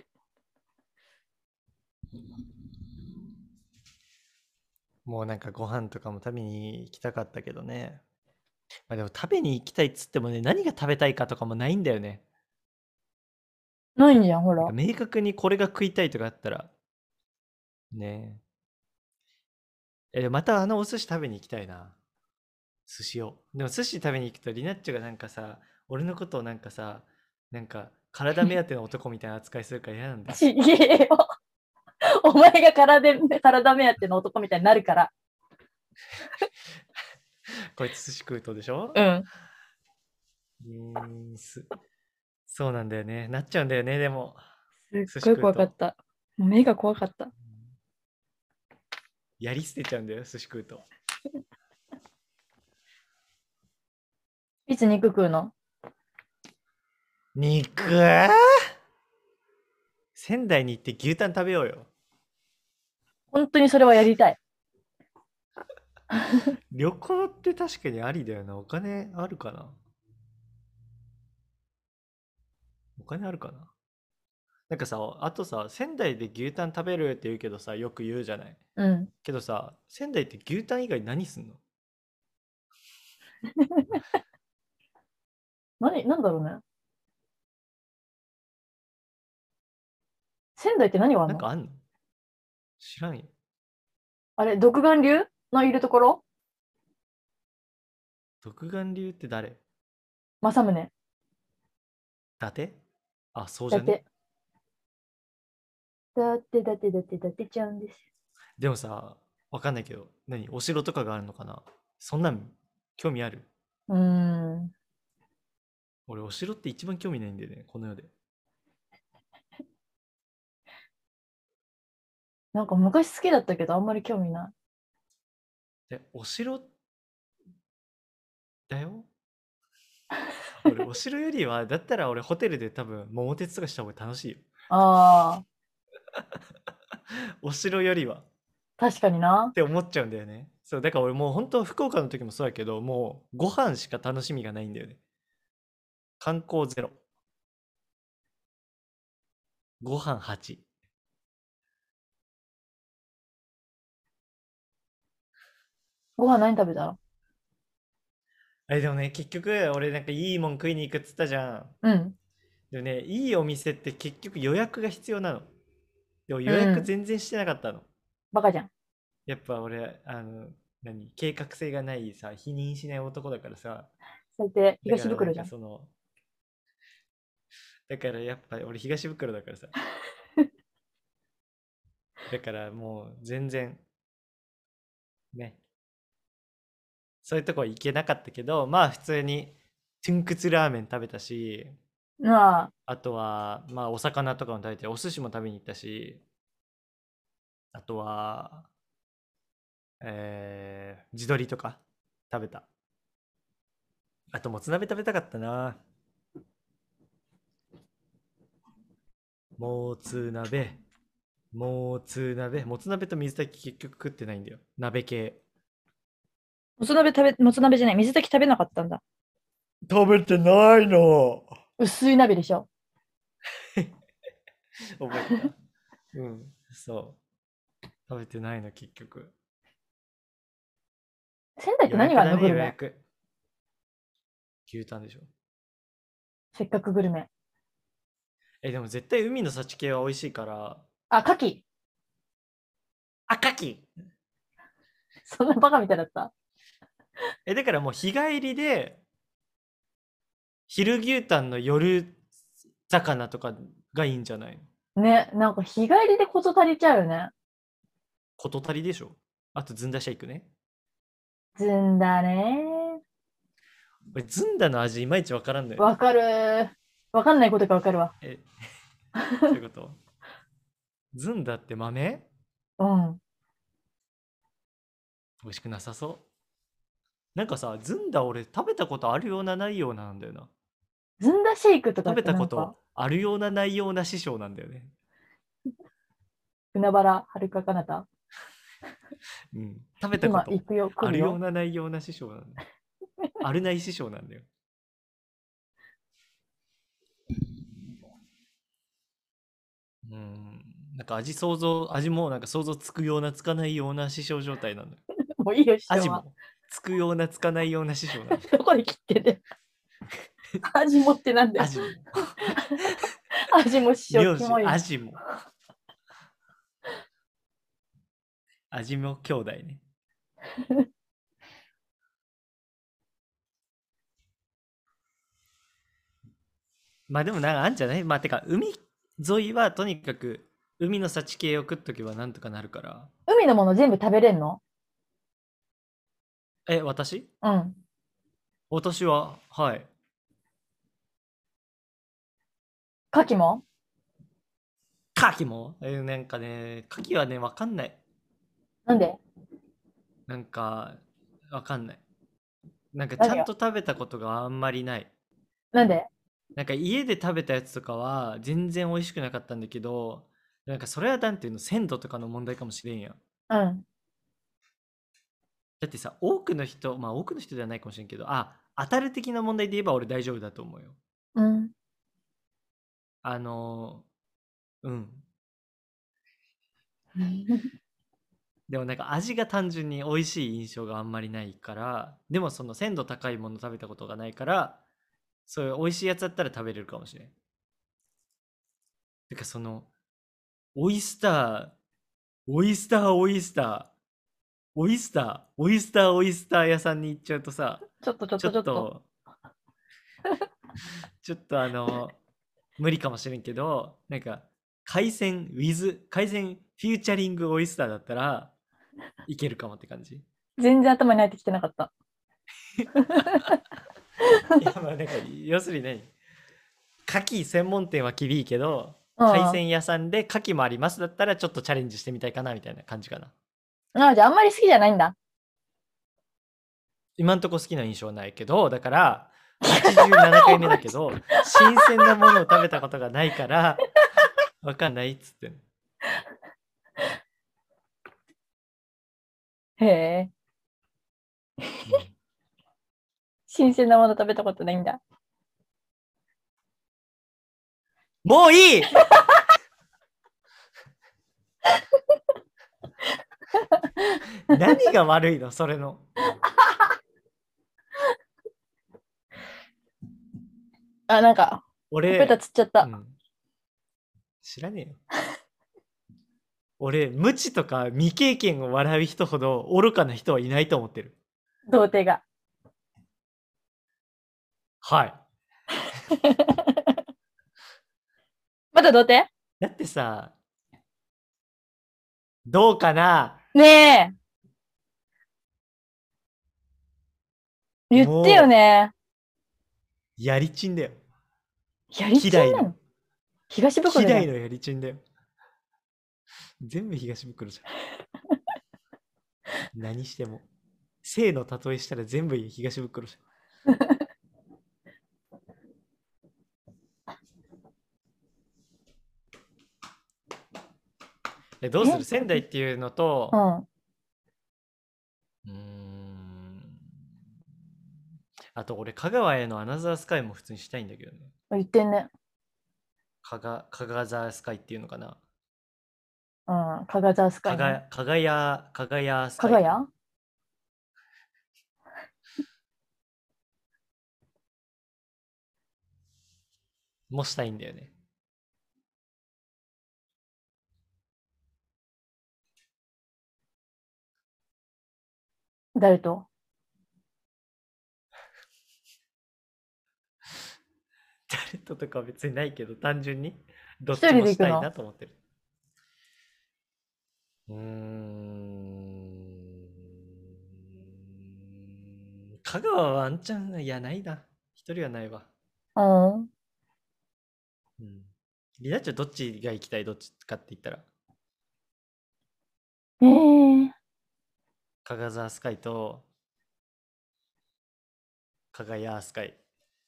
もうなんかご飯とかも食べに行きたかったけどね。まあでも食べに行きたいっつってもね、何が食べたいかとかもないんだよね。 ないんじゃん、ほら。 なんか明確にこれが食いたいとかあったら、ねえ。え、またあのお寿司食べに行きたいな。寿司を。でも寿司食べに行くとリナッチョがなんかさ、俺のことをなんかさ、なんか体目当ての男みたいな扱いするから嫌なんだよ。 ちげえよ。お前が体で体目当ての男みたいになるから。 こいつ寿司食うとでしょ？ うん。 うーんすそうなんだよね。なっちゃうんだよね、でも。 すっ寿司ごい食うと。 怖かった。もう目が怖かった。 やり捨てちゃうんだよ、寿司食うと。 いつ肉食うの？ 肉仙台に行って牛タン食べようよ。 本当にそれはやりたい。 旅行って確かにありだよな。お金あるかな？お金あるかな？なんかさ、あとさ、仙台で牛タン食べるって言うけどさ、よく言うじゃない。 うん。 けどさ、仙台って牛タン以外何すんの？ 何、なんだろうね。仙台って何があんの？ なんかあんの？知らんよ。 あれ、独眼竜のいるところ？ 独眼竜って誰？ 政宗。 伊達？あ、そうじゃね？ だって。 だってだってだってだってちゃうんです。 でもさ、わかんないけど、何お城とかがあるのかな。そんなん興味ある？ うーん。 俺、お城って一番興味ないんだよね、この世で。 なんか昔好きだったけど、あんまり興味ない。 で、お城だよ。俺、お城よりは、だったら俺、ホテルで多分、桃鉄とかした方が楽しいよ。 ああ、 お城よりは。 確かになっ。て思っちゃうんだよね。そう、だから俺もう本当福岡の時もそうやけど、もうご飯しか楽しみがないんだよね。観光ゼロ。ご飯はち。 ご飯何食べたの？ え、でもね、結局俺なんかいいもん食いに行くっつったじゃん。 うん。 でもね、いいお店って結局予約が必要なの。でもう予約ん。 全然してなかったの。 バカじゃん。 やっぱ俺、あの、何、計画性がないさ、否認しない男だからさ。 最低、 だからなん東袋じゃん。 かその、だからやっぱ俺東袋だからさ。だからもう全然、ね、そういうとこ行けなかったけど、まあ普通にトゥンクツラーメン食べたし、 まあ、 あとはまあお魚とかも食べて、お寿司も食べに行ったし、あとは、えー、地鶏とか食べた。あともつ鍋食べたかったな。もつ鍋、もつ鍋、もつ鍋と水炊き結局食ってないんだよ。鍋系。 もつ鍋食べ、もつ鍋じゃない、水炊き食べなかったんだ。 食べてないの。 薄い鍋でしょ。 覚えてた。うん、そう。食べてないの結局。 仙台って予何があ約だね、 るのグルメ？ 予約。牛タンでしょ。 せっかくグルメ。 え、でも絶対海の幸系は美味しいから。 あ、牡蠣。 あ、牡蠣。 そんなバカみたいだった？ え、だからもう日帰りで、昼牛タンの夜魚とかがいいんじゃないの？ ね、なんか日帰りで事足りちゃうよね。 こと足りでしょ。あとずんだシェイクね。 ずんだね。 俺ずんだの味いまいちわからんのよね。 わかるー。わかんないことがわかるわ。 え、そういうことずんだって豆うん。 美味しくなさそう。なんかさ、ずんだ俺食べたことあるようなないようななんだよな。 ずんだシェイクとかっ食べてなんか、 たことあるようなないような師匠なんだよね。 海原はるか彼方。 うん。食べたこと今行くよ、来あるようるよ。 なないような師匠なんだよ。あるない師匠なんだよ。うん。なんか味想像、味もなんか想像つくようなつかないような師匠状態なのよ。 もういいよ、師匠は。 味もつくようなつかないような師匠なの。 どこで切ってんだよ。味もってなんだよ。 味も。 味も師匠、 名字、 キモい。 味も。味も兄弟ね。まあでもなんかあんじゃない。まあてか海沿いはとにかく海の幸系を食っとけばなんとかなるから。 海のもの全部食べれんの？ え、私うん。 私は、はい。 牡蠣も？ 牡蠣もえーなんかね、牡蠣はね、わかんない。 なんで？ なんか、わかんない。なんかちゃ何が？ んと食べたことがあんまりない。 なんで？ なんか家で食べたやつとかは全然美味しくなかったんだけど、なんかそれはなんていうの、鮮度とかの問題かもしれんやん。 うん。 だってさ、多くの人、まあ多くの人ではないかもしれんけど、あ、当たる的な問題で言えば俺大丈夫だと思うよ。 うん。 あのーうん。でもなんか味が単純に美味しい印象があんまりないから、でもその鮮度高いもの食べたことがないから、そういう美味しいやつだったら食べれるかもしれん。てかその、オイスター、オイスター、オイスター、オイスター、オイスター、オイスター屋さんに行っちゃうとさ、 ちょっとちょっちょとちょっと。 っと、ちょっとあの、無理かもしれんけど、なんか、 海鮮 with 海鮮フューチャリングオイスターだったらいけるかもって感じ。い全然頭に入ってきてなかった。 やまあなんか要するに何、牡蠣専門店は厳いけどうん。 海鮮屋さんで牡蠣もありますだったらちょっとチャレンジしてみたいかなみたいな感じかな。 あ、じゃああんまり好きじゃないんだ。 今んとこ好きな印象はないけど、だからはちじゅうななかいめだけど新鮮なものを食べたことがないからわかんないっつってんの。 へえ。 うん新鮮なもの食べたことないんだ。 もういい何が悪いのそれの。 あ、なんか、ほっぺた俺、 つっちゃった。 うん知らねえよ。俺、無知とか未経験を笑う人ほど愚かな人はいないと思ってる。 童貞が。 はい。 まだ童貞だってさ、どうかなねえ。言ってよね。 やりちんだよ。 やりちんなの嫌いの。 東袋だよ。 嫌いのやりちんだよ。全部東袋じゃん。何しても。性の例えしたら全部東袋じゃん。え、どうするえ仙台っていうのと、 うん。 うーん。あと俺、香川へのアナザースカイも普通にしたいんだけどね。 言ってんね。 かが、かがザースカイっていうのかな。 うん。かがザースカイかがね。、 かがや、かがやスカイ。 かがやもしたいんだよね。 誰と誰ととかは別にないけど、単純にどっ一ちもしたい人で行くのなと思ってる。うーん。香川はワンチャン、いや、ないな。一人はないわ。 うん。 うん。リナッチョどっちが行きたいどっちかって言ったら、 ええかがザースカイと、かがやスカイ。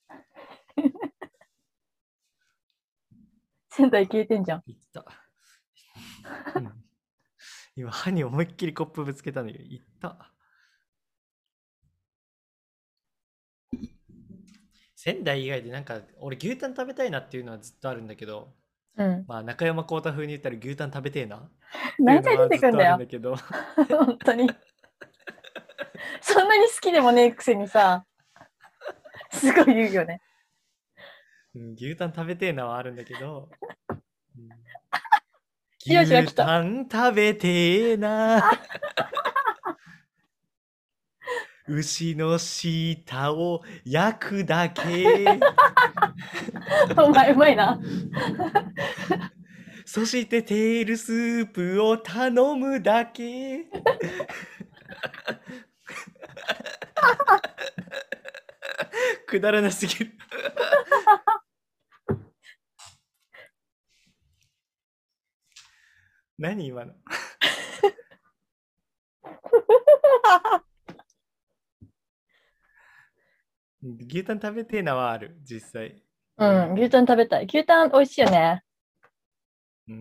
仙台消えてんじゃん。 行った。うん、今、歯に思いっきりコップぶつけたんだけど、行った。仙台以外でなんか、俺牛タン食べたいなっていうのはずっとあるんだけど、 うん。 まあ中山幸太風に言ったら牛タン食べてえなっていう何回のはずっとあ出てくんだよ。 るんだけど、 本当に。そんなに好きでもねえくせにさ、すごい言うよね。 うん、牛タン食べてえなはあるんだけど、うんヒロシが来牛た。 タン食べてえな牛の舌を焼くだけお前うまいな。 そしてテールスープを頼むだけくだらなすぎる何今の牛タン食べてえなはある実際。 うん、牛タン食べたい。牛タン美味しいよね。 うん、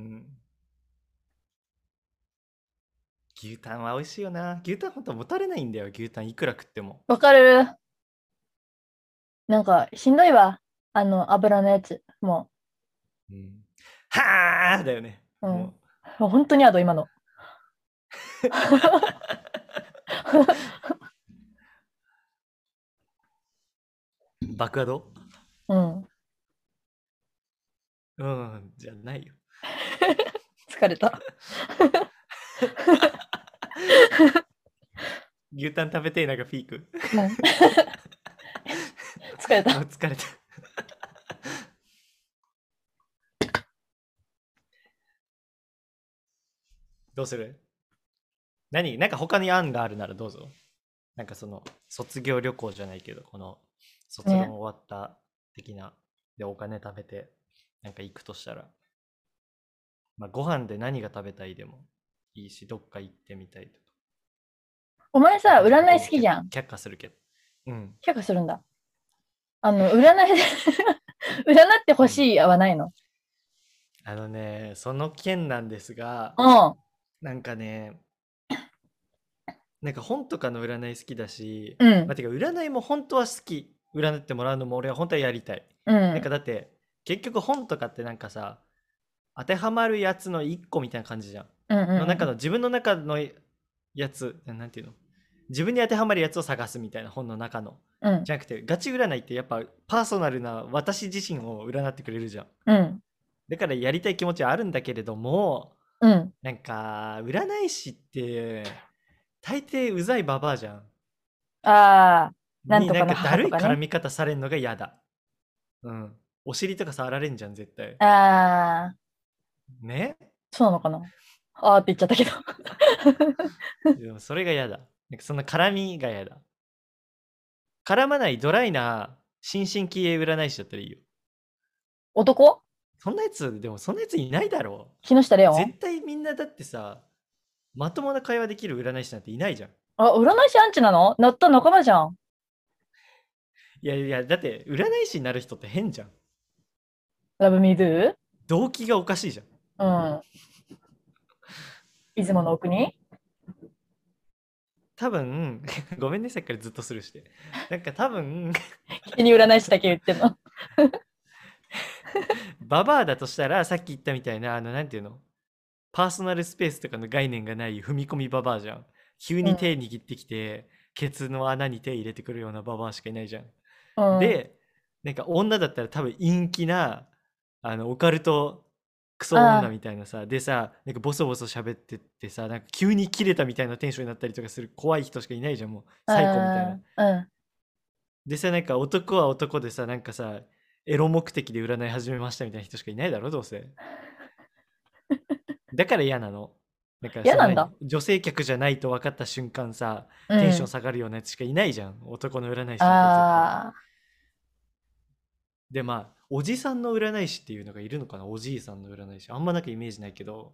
牛タンは美味しいよな。牛タンほんともたれないんだよ。牛タンいくら食っても。 わかる。なんか、しんどいわ。あの、油のやつ。もうん、はあだよね。 う、うん。 ももう本当にあど、今の。 う爆破ドうん。 うんじゃないよ。 疲れた。 牛タン食べてえながピーク。 うん。疲れた。 もう疲れた。 どうする？何なんか他に案があるならどうぞ。なんかその卒業旅行じゃないけど、この卒論ね。 終わった的な、でお金貯めて、なんか行くとしたら、まあご飯で何が食べたいでもいいし、どっか行ってみたいとか。 お前さ、 別に占い僕も好きじゃん。 却下するけど。うん。 却下するんだ。あの、占いで占ってほしいはないの？ あのね、その件なんですが、 うん。 なんかね、なんか本とかの占い好きだし、 うん。 まあ、てか占いも本当は好き。占ってもらうのも俺は本当はやりたい。 うん。 なんかだって結局本とかってなんかさ、当てはまるやつの一個みたいな感じじゃん。 うんうんの中うん。 の自分の中のやつ、ななんていうの、自分に当てはまるやつを探すみたいな本の中の。 うん。 じゃなくてガチ占いってやっぱパーソナルな私自身を占ってくれるじゃん。 うん。 だからやりたい気持ちはあるんだけれども、 うん。 なんか占い師って大抵うざいババアじゃん。 ああ、なんになんとかのかだるい母とかね。 絡み方されんのが嫌だ。うん。お尻とか触られんじゃん、絶対。 ああ、 ね。 そうなのかな。ああって言っちゃったけど。 でもそれが嫌だ。なんかそんな絡みが嫌だ。絡まないドライな新進気鋭占い師だったらいいよ。 男？ そんなやつ、でもそんなやついないだろ木下レう。 オン？ 絶対みんなだってさ、まともな会話できる占い師なんていないじゃん。 あ、占い師アンチなの？なった仲間じゃん。 いやいや、だって占い師になる人って変じゃん。 ラブミードゥ？ 動機がおかしいじゃん。 うん。出雲の奥に？ 多分、ごめんね、さっきからずっとスルーして。なんか多分、 人に占い師だけ言ってんの。 ババアだとしたら、さっき言ったみたいな、あの、なんていうの、パーソナルスペースとかの概念がない踏み込みババアじゃん。急にうん。 手握ってきて、ケツの穴に手入れてくるようなババアしかいないじゃん。 うん。 で、なんか女だったら多分陰気な、あの、オカルトクソ女あみたいなさ、でさ、なんかボソボソ喋ってってさ、なんか急に切れたみたいなテンションになったりとかする怖い人しかいないじゃん、もう。 あ、 サイコみたいな。 うん。うん。 でさ、なんか男は男でさ、なんかさ、エロ目的で占い始めましたみたいな人しかいないだろ、どうせ。だから嫌なの。なんかその何、 嫌なんだ。 女性客じゃないと分かった瞬間さ、 うテンションん。 下がるようなやつしかいないじゃん。男の占い師だったら絶対。 ああ、 で、まあ、おじさんの占い師っていうのがいるのかな、おじいさんの占い師。あんまなんかイメージないけど。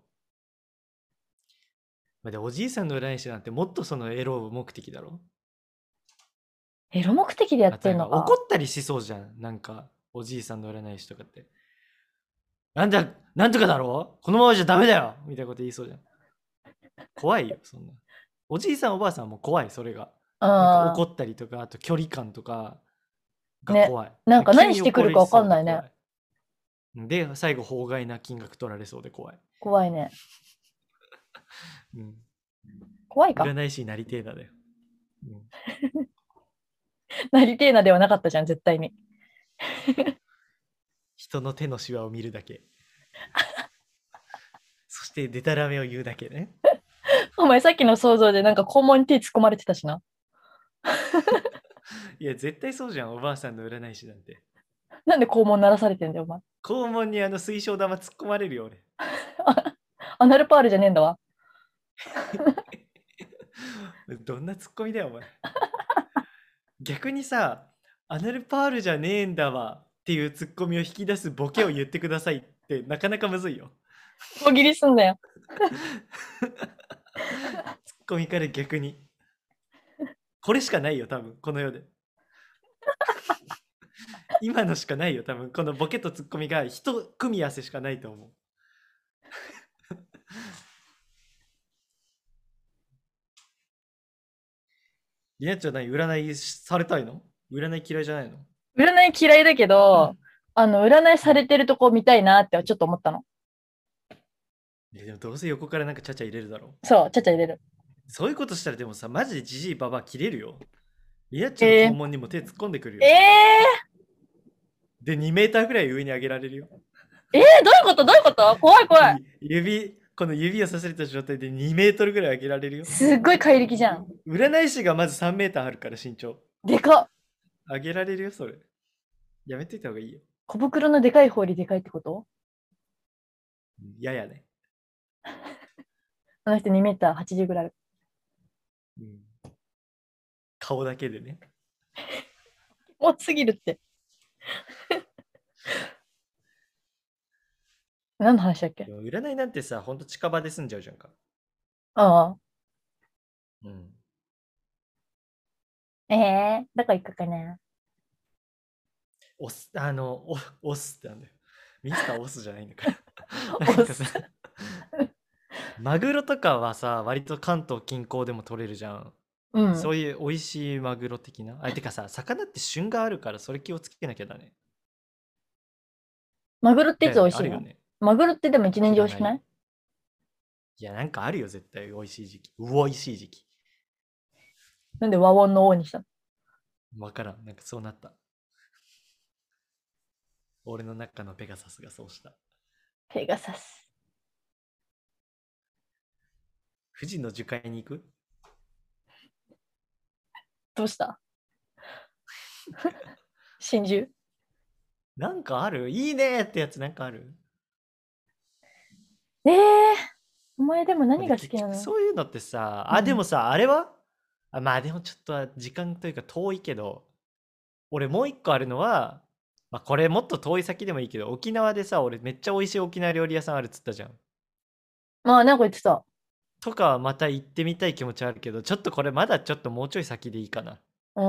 まあ、で、おじいさんの占い師なんてもっとそのエロ目的だろ。 エロ目的でやっあとなんかてんのか。 怒ったりしそうじゃん。なんか、おじいさんの占い師とかって。なんだ、なんとかだろうこのままじゃダメだよみたいなこと言いそうじゃん。怖いよ、そんな。おじいさん、おばあさんも怖い、それが。なんか怒あったりとか、あと距離感とかあ、ね。 が怖い。 なんか急に何してくるかわか怒りそんないね。 うで怖い。で、最後、法外な金額取られそうで怖い。 怖いね。 うん、 怖いか。 占い師になりてえなだよ。うん、 なりてえなではなかったじゃん、絶対に。 人の手のシワを見るだけ。そして、デタラメを言うだけね。 お前さっきの想像でなんか肛門に手突っ込まれてたしな。 いや、絶対そうじゃん、おばあさんの占い師なんて。 なんで肛門鳴らされてんだよ、お前。 肛門にあの水晶玉突っ込まれるよ、俺。 アナルパールじゃねえんだわ。 どんなツッコミだよ、お前。逆にさ、アナルパールじゃねえんだわっていうツッコミを引き出すボケを言ってくださいってなかなかむずいよ。 大喜利すんだよ。 ツッコミから逆に。これしかないよ、多分、この世で。今のしかないよ、多分。このボケとツッコミが一組み合わせしかないと思う。りなちゃん何占いされたいの？占い嫌いじゃないの？ 占い嫌いだけど、あの、占いされてるとこ見たいなってちょっと思ったの。 いやでもどうせ横からなんかちゃちゃ入れるだろ。 そう、ちゃちゃ入れる。 そういうことしたらでもさ、マジでジジイババア切れるよ。リナッチョの肛えー、 門にも手突っ込んでくるよ。 えで、にメーターぐらい上に上げられるよ。 ー、えー、どういうことどういうこと怖い怖い。 い指、この指をさされた状態でにメートルぐらい上げられるよ。 すっごい怪力じゃん。 占い師がまずさんメーターあるから身長。 でかっ。 上げられるよ、それ。やめといた方がいいよ。 小袋のでかい方よりでかいってこと？ ややね。 あの人にメーターはちじゅうぐらいある。 うん、顔だけでね。 多すぎるって。何の話だっけ？ でも占いなんてさ、ほんと近場で済んじゃうじゃんか。 ああ。 うん。 ええー、どこ行くかな。 押す、あの、お押すってなんだよ。ミスター押すじゃないんだから。なんかさ、 おす。 マグロとかはさ、割と関東近郊でも取れるじゃん。 うん。 そういう美味しいマグロ的な。あ、てかさ、魚って旬があるからそれ気をつけなきゃだね。 マグロっていつだよね、 美味しいの？ あるよね。 マグロってでも一年知らないよ。 中美味しくない？ いや、なんかあるよ、絶対美味しい時期。うおいしい時期。 なんで和音の王にしたの？ わからん。なんかそうなった。俺の中のペガサスがそうした。 ペガサス。 富士の樹海に行く？ どうした？真珠？ なんかある？いいねってやつなんかある？ ええー、お前でもまあで何が好結局きなの？ そういうのってさ、あ、でうん。 もさ、あれはあ、まあでもちょっと時間というか遠いけど、俺もう一個あるのは、まあこれもっと遠い先でもいいけど、沖縄でさ、俺めっちゃ美味しい沖縄料理屋さんあるっつったじゃん。 まあ、なんか言ってた。 とかはまた行ってみたい気持ちあるけど、ちょっとこれまだちょっともうちょい先でいいかな。 うん。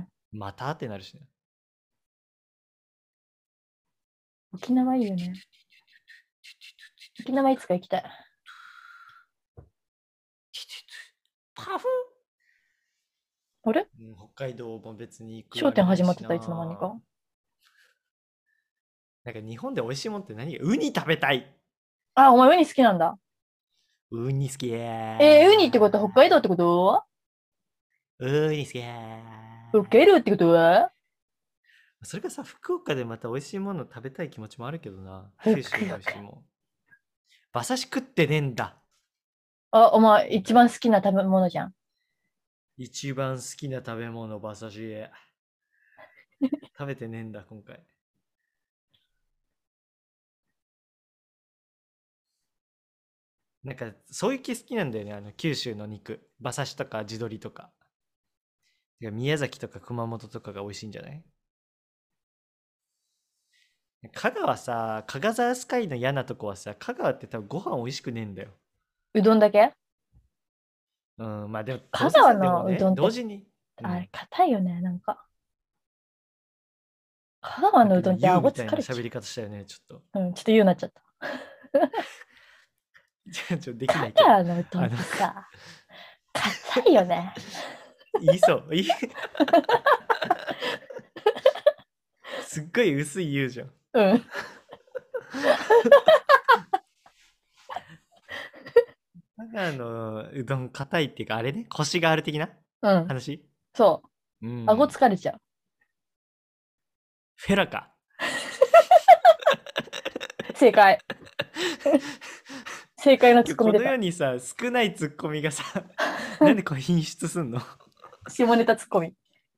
またってなるしね。 沖縄いいよね。沖縄いつか行きたい。 パフあれ？ うん、北海道も別に行く商あれないし店始まってた、いつの間にな。 か。 なんか日本で美味しいもんって何がウニ食べたい。 あ、お前ウニ好きなんだ。 ウニ好きやえー、ウニってことー。 は北海道ってこと？ ウニ好きやウケるってことは？ ー。それがさ、福岡でまた美味しいもの食べたい気持ちもあるけどな。 福九州の美味しい岡。 もん。馬刺し食ってねえんだ。 あ、お前一番好きな食べ物じゃん。 一番好きな食べ物、馬刺し。食べてねえんだ、今回。なんか、そういう系好きなんだよね。あの、九州の肉。馬刺しとか地鶏とか。てか宮崎とか熊本とかが美味しいんじゃない？香川さ、香川スカイの嫌なとこはさ、香川って多分ご飯美味しくねえんだよ。 うどんだけ？ うん、まあでも、ど香うせさ、 川のうでもね、 どんって、 同時に、うあれ、 ん。 硬いよね、なんか。香川なんか今、 のうどんって顎言うみたい疲れちゃな喋り方したよね、ちょっと。 う。うん、ちょっと言うなっちゃった。 ちょ、ちょ、できな香いけど。 川のうどんっあの、 てさ、硬いよね。 言いそう。言いすっごい薄い言うじゃん。 うん。 香川のうどん硬いっていうか、あれね、コシがある的なうん。 話。 そう。 う顎ん。 疲れちゃう。 フェラか。 正解。正解のツッコミ出た。 この世にさ、少ないツッコミがさ、なんでこう品質すんの？ 下ネタツッコミ。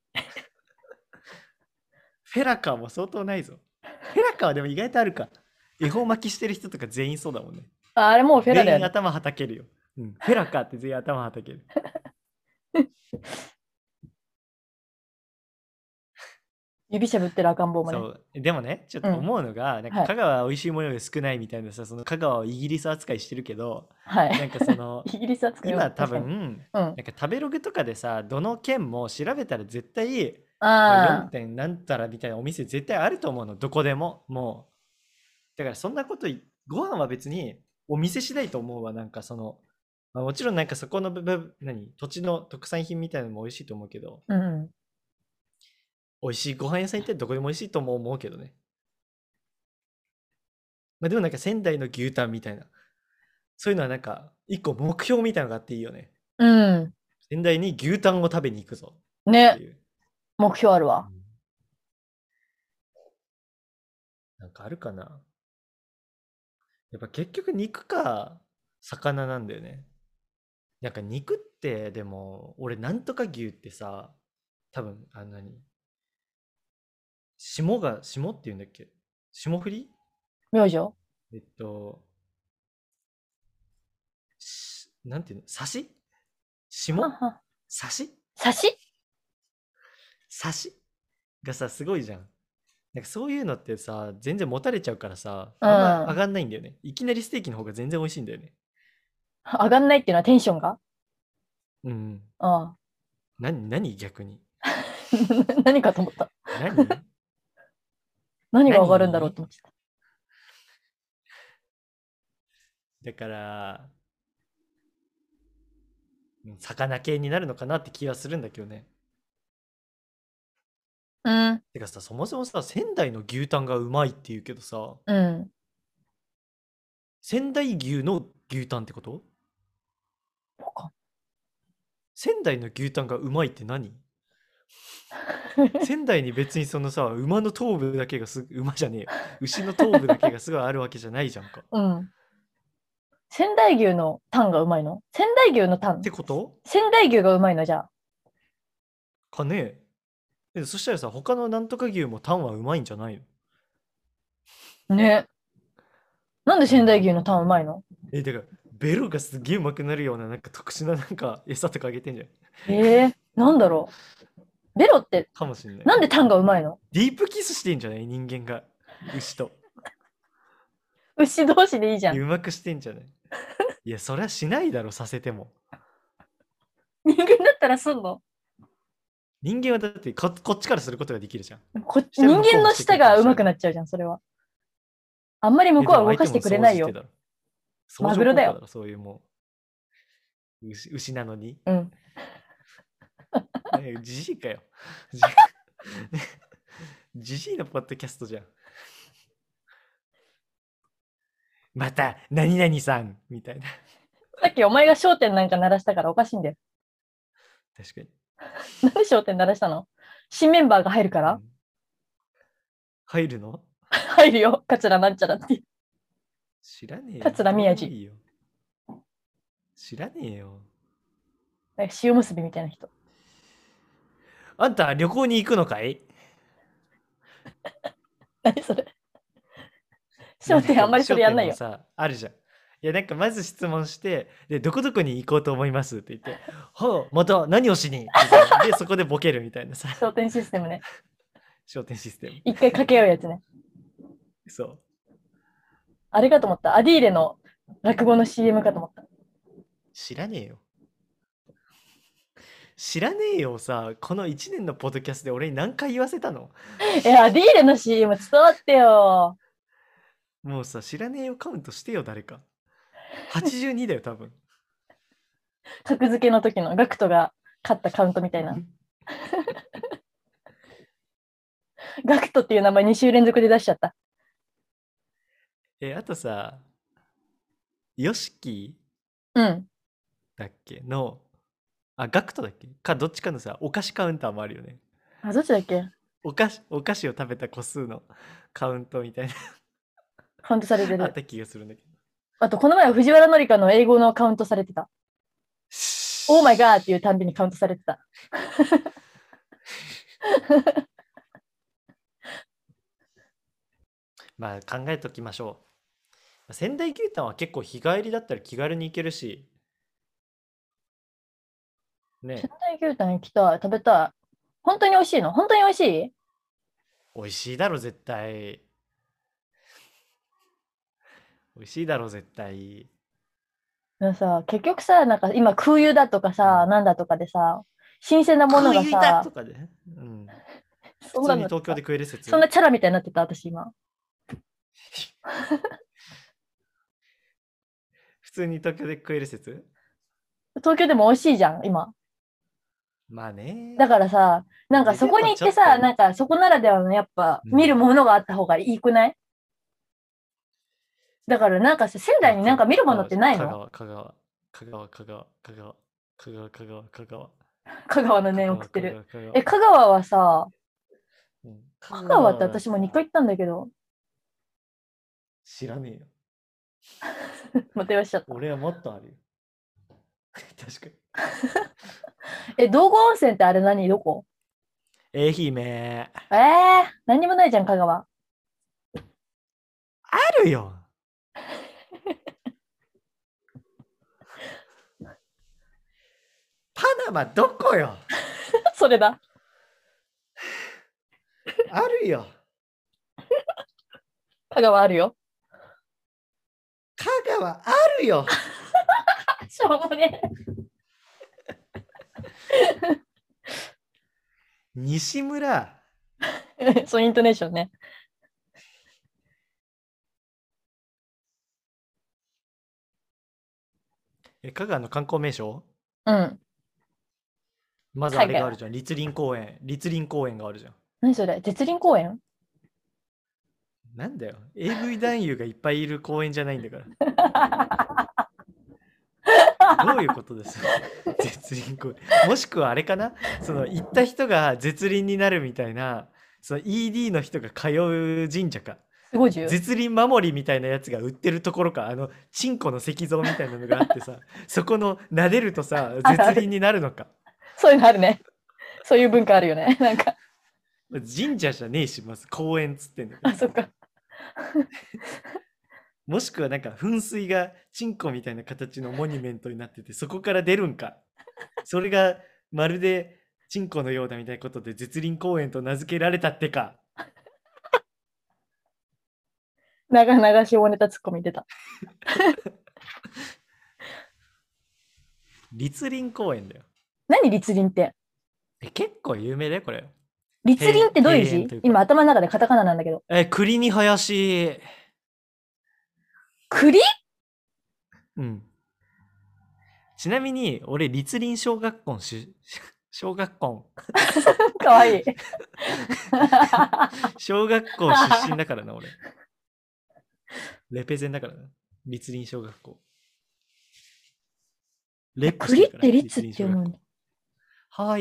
フェラカーも相当ないぞ。フェラカーはでも意外とあるか。恵方巻きしてる人とか全員そうだもんね。 あ、あれもうフェラだよね。 全員頭はたけるよ。うん。フェラカーって全員頭はたける。 指しゃぶってる赤ん坊もね。 そう。でもね、ちょっとうん。 思うのが、なんかはい。 香川は美味しいものが少ないみたいなさ、その香川をイギリス扱いしてるけど、 はい。 なんかその、 イギリス扱いを、 今多確かに。 分、 うん。 なんか食べログとかでさ、どの県も調べたら絶対、まあ、 あよん. あ、 点なんたらみたいなお店絶対あると思うの、どこでも。もう。だからそんなことい、ご飯は別にお店次第と思うわ。なんかその、まあ、もちろんなんかそこの部分、何、土地の特産品みたいなのも美味しいと思うけど、 うん。 美味しいご飯屋さん行ってどこでも美味しいとも思うけどね。まあでもなんか仙台の牛タンみたいな、そういうのはなんか一個目標みたいなのがあっていいよね。 うん。 仙台に牛タンを食べに行くぞってね。 いう。 目標あるわ。 うん、なんかあるかな。やっぱ結局肉か魚なんだよね。なんか肉ってでも俺なんとか牛ってさ、多分あんなに霜が霜って言うんだっけ？霜降り？ 明星？ えっとしなんていうの、刺しは霜は刺し刺し刺しがさ、すごいじゃん。なんかそういうのってさ、全然持たれちゃうからさ、 うあんま上ん。 がんないんだよね。いきなりステーキの方が全然美味しいんだよね。 上がんないっていうのはテンションがうん。 ああ。 何、何逆に。 何かと思った。 何何が上がるんだろう何と思ってた。 だから、うん魚系になるのかなって気はするんだけどね。 うん。 てかさ、そもそもさ、仙台の牛タンがうまいって言うけどさ、 うん。 仙台牛の牛タンってこと？ そうか。 仙台の牛タンがうまいって何？仙台に別にそのさ、馬の頭部だけがす馬じゃねえよ。牛の頭部だけがすごいあるわけじゃないじゃんか。っうん。仙台牛のタンがうまいの？仙台牛のタン。 てこと仙台牛がうまいのじゃあ。 かねえ。そしたらさ、他のなんとか牛もタンはうまいんじゃないの？ ね。なんで仙台牛のタンうまいの？ え、だから、ベロがすげえうまくなるような、なんか特殊ななんか餌とかあげてんじゃん。 えー、なんだろう。ベロってかもしんない。 なんでタンがうまいの？ ディープキスしてんじゃない人間が。牛と。 牛同士でいいじゃん。 うまくしてんじゃないいや、そりゃしないだろ、させても。 人間だったらすんの？ 人間はだってこ、こっちからすることができるじゃん。 こしたら人間の向こうもしてく舌がうまれたりしたらくなっちゃうじゃん、それは。あんまり向え、 こうは動かしてくれないよ。 でもマグロだよ相手も相乗効果だろ、そういうもう。牛牛なのに。 うん。 ねじじいかよ。じじいのポッドキャストじゃん。また、何々さんみたいな。 さっきお前が焦点なんか鳴らしたからおかしいんだよ。 確かに。 なんで焦点鳴らしたの？新メンバーが入るから、 うん、入るの？ 入るよ、桂なんちゃらって。 知らねえよ。 桂宮治。 どうでもいいよ。知らねえよ。 なんか塩結びみたいな人。 あんた旅行に行くのかい？ 何それ？焦点あんまりそれやんないよ。 さ、あるじゃん。いや、なんかまず質問して、で、どこどこに行こうと思いますって言って、はあ、また何をしにで、そこでボケるみたいなさ。 焦点システムね。 焦点システム。 一回掛け合うやつね。 そう。 あれかと思った。アディーレの落語の シーエム かと思った。 知らねえよ。知らねえよさ、このいちねんのポッドキャストで俺に何回言わせたの？ え、アディーレの シーエム 伝わってよ。 もうさ、知らねえよカウントしてよ、誰か。はちじゅうにだよ、多分。 格付けの時のガクトが勝ったカウントみたいな。ガクトっていう名前に週連続で出しちゃった。 え、あとさ、ヨシキうん。 だっけの、あ、ガクトだっけか、どっちかのさ、お菓子カウンターもあるよね。 あ、どっちだっけ？ お菓子、お菓子を食べた個数のカウントみたいなカウントされてる。 あった気がするんだけど。 あと、この前は藤原紀香の英語のカウントされてた。オーマイガーっていうたんびにカウントされてた。 まあ考えときましょう。仙台牛タンは結構日帰りだったら気軽に行けるし、 仙ね、 台牛タン行きたい。食べたい。本当に美味しいの？本当に美味しい？ 美味しいだろ、絶対。美味しいだろ、絶対。 でもさ、結局さ、なんか今空輸だとかさ、 うんなんだとかでさ、新鮮なもの空輸だがさ、 とかで、うん、 そ普通に東京んなのさ、 で食える説。 そんなチャラみたいになってた、私今。 普通に東京で食える説。 東京でも美味しいじゃん、今。 まあね。 だからさ、なんかそこに行ってさ、 ででもちょっとなんかそこならではのやっぱうん見るものがあった方がいいくない？だからなんかさ、仙台になんか見るものってないの？ 香川、香川、香川、香川、香川、香川、香川、香川。 香川の香川念送ってる。 香川え、香川はさ、 うん香川って私もにかい行ったんだけど、 知らねえよ。 また言わしちゃった。 俺はもっとあるよ。確かに。 え、道後温泉ってあれ何？どこ？ 愛媛。 えー、何にもないじゃん、香川。 あるよ。 山どこよ。 それだ。 あるよ。 香川あるよ。 香川あるよ。 しょうもね西村。 え。そう、イントネーションね。 え、香川の観光名所うん。 まずあ海外。 れがあるじゃん。栗林公園。栗林公園があるじゃん。 何それ、絶林公園。 なんだよ。エーブイ 男優がいっぱいいる公園じゃないんだから。どういうことです絶倫公園。もしくはあれかな、その行った人が絶倫になるみたいな、その イーディー の人が通う神社か。 すごい重要。 絶倫守りみたいなやつが売ってるところか。あのチンコの石像みたいなのがあってさ、そこの撫でるとさ絶倫になるのか。 そういうのあるね。そういう文化あるよね。なんか。 神社じゃねえし、まず公園っつってんだけど。 あ、そっか。 もしくはなんか噴水がチンコみたいな形のモニュメントになってて、そこから出るんか。それがまるでチンコのようだみたいなことで絶倫公園と名付けられたってか。 長々し大ネタツッコミ出た。 栗林公園だよ。 何立林って。 え、結構有名だよ、これ。 立林ってどういう字？ 庭園というか今頭の中でカタカナなんだけど。 え、栗に林。 栗？ うん。ちなみに、俺、栗林小学校し、小学校。 かわいい。 小学校出身だからな、俺。レペゼンだからな。栗林小学校。レップして栗っるからて立っ栗林小学校。 て読むんだ。 はい。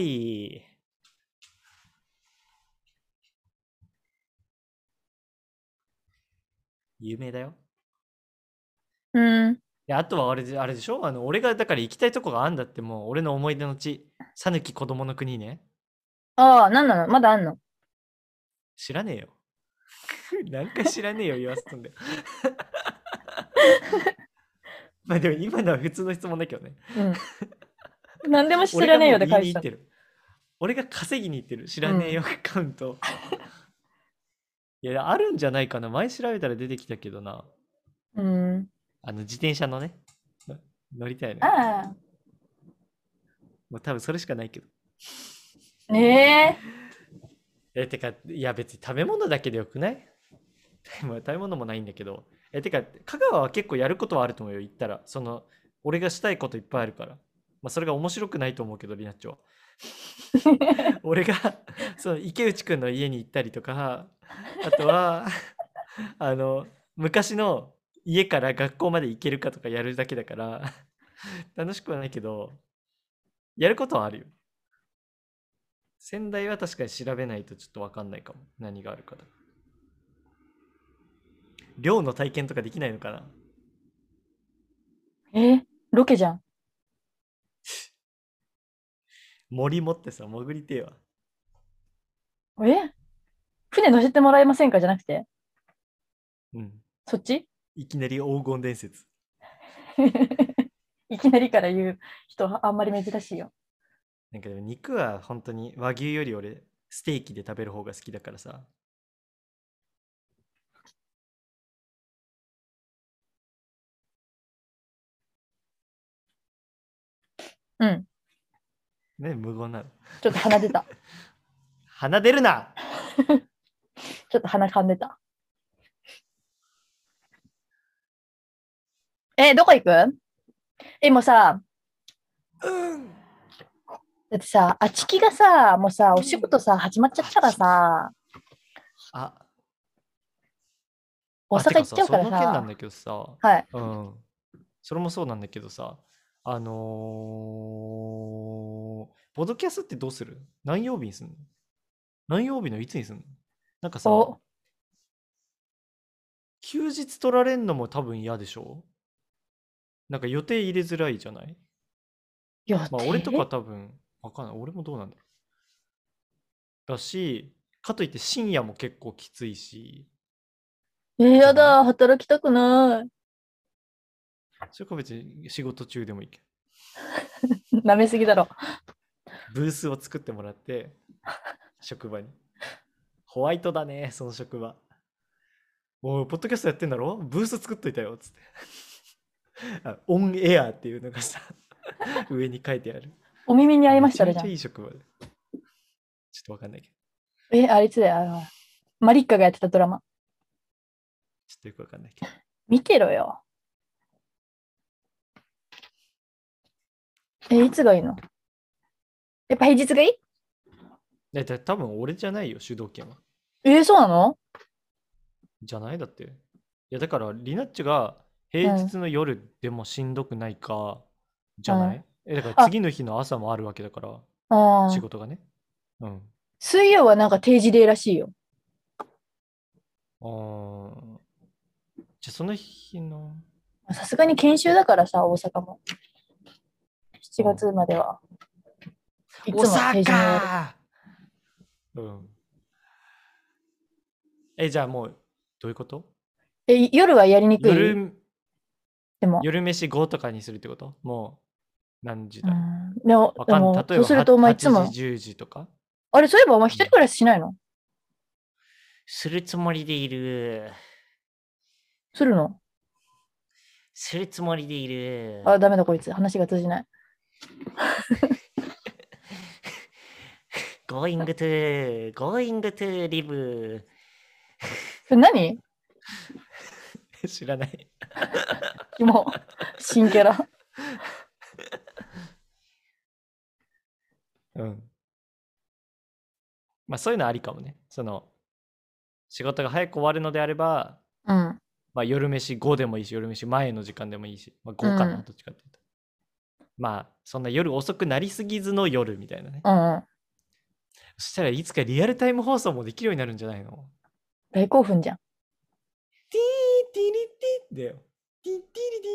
有名だよ。 うん。 で、あとはあれで、あれでしょ、あの、俺がだから行きたいとこがあんだって、もう俺の思い出の地、讃岐こどもの国ね。 ああ、なんなの？まだあんの？ 知らねえよ。なんか知らねえよ、言わせとんだよ。まあでも今のは普通の質問だけどね。 うん。何でも知俺らねえよがもう言いで返した。 に行ってる。俺が稼ぎに行ってる。知らねえよ、カウント。いや、あるんじゃないかな。前調べたら出てきたけどな。 うん。 あの、自転車のね。の乗りたいね。 ああ。 もう多分それしかないけど。 ねえ、てか、いや別に食べ物だけでよくない？まあ食べ物もないんだけど。え、てか、香川は結構やることはあると思うよ、行ったら。その、俺がしたいこといっぱいあるから。まあそれが面白くないと思うけど、リナッチョは。 え。 俺が、その池内くんの家に行ったりとか、あとは、あの、昔の家から学校まで行けるかとかやるだけだから、楽しくはないけど、やることはあるよ。仙台は確かに調べないとちょっとわかんないかも。何があるかだ。漁の体験とかできないのかな？ え、ロケじゃん。 森持ってさ、潜りてえわ。 え、船乗せてもらえませんかじゃなくて、 うん。 そっち？ いきなり黄金伝説。 いきなりから言う人あんまり珍しいよ。 なんかでも肉は本当に和牛より俺、ステーキで食べる方が好きだからさ。 うん。 ね、無言なの。 ちょっと鼻出た。 鼻出るな。 ちょっと鼻かんでた。え、どこ行く？え、もうさ、 うん。 だってさ、あちきがさ、もうさ、お仕事さ、始まっちゃったらさ、 あ、 大あ、てかさ、 阪行っちゃうからその件なんさ、 だけどさ、 はい。 うん。それもそうなんだけどさ、あのー、ポドキャスってどうする？何曜日にすんの？何曜日のいつにすんの？なんかさ、 お、 休日取られんのも多分嫌でしょ？なんか予定入れづらいじゃない？ 予まあ俺とか定？ 多分、わかんない。俺もどうなんだろう。だし、かといって深夜も結構きついし、 えー、 じゃない？ やだ、働きたくない。 それか別に仕事中でもいいけど。 舐めすぎだろ。 ブースを作ってもらって、職場に。ホワイトだね、その職場。おい、ポッドキャストやってんだろ、ブース作っといたよ、つって。あオンエアっていうのがさ、上に書いてある。 お耳に合いまめちゃめちゃしたらじゃん。 いい職場で。ちょっとわかんないけど。 え、あいつだよ。あのマリッカがやってたドラマ。 ちょっとよくわかんないけど。 見てろよ。え、いつがいいの？やっぱ平日がいい？ え、だ多分俺じゃないよ、主導権は。 えーそうなの？ じゃないだって。いや、だから、リナッチが平日の夜でもしんどくないか、じゃない、 うんえ、だからあ次の日の朝もあるわけだから、 あー仕事がね。うん。 水曜はなんか定時デーらしいよ。 あーじゃあその日の、 さすがに研修だからさ、大阪も。しちがつうんまでは。いつ大も定時に終わる。 阪うん。え、じゃあもう、どういうこと？ え、夜はやりにくい？ 夜、 でも。 夜飯ごとかにするってこと？もう、何時うだん、でも、 わかん、 でも、 例えばそうするとお前いつはもちじ、、じゅうじとかあれ、そういえばお前一人暮らししないの？ するつもりでいる。 するの？ するつもりでいる。 あ、ダメだこいつ。話が通じない。 going to, going to live. それ何？ 知らない。 もう、新キャラ。 うん。まあそういうのありかもね。その、仕事が早く終わるのであれば、 うん。 まあ夜飯ごでもいいし、夜飯前の時間でもいいし、まあごかな、 うんどっちかっていうと。まあ、そんな夜遅くなりすぎずの夜みたいなね。 うんうん。 そしたらいつかリアルタイム放送もできるようになるんじゃないの？ 大興奮じゃん。 ティーティリティだよ。ティティリティ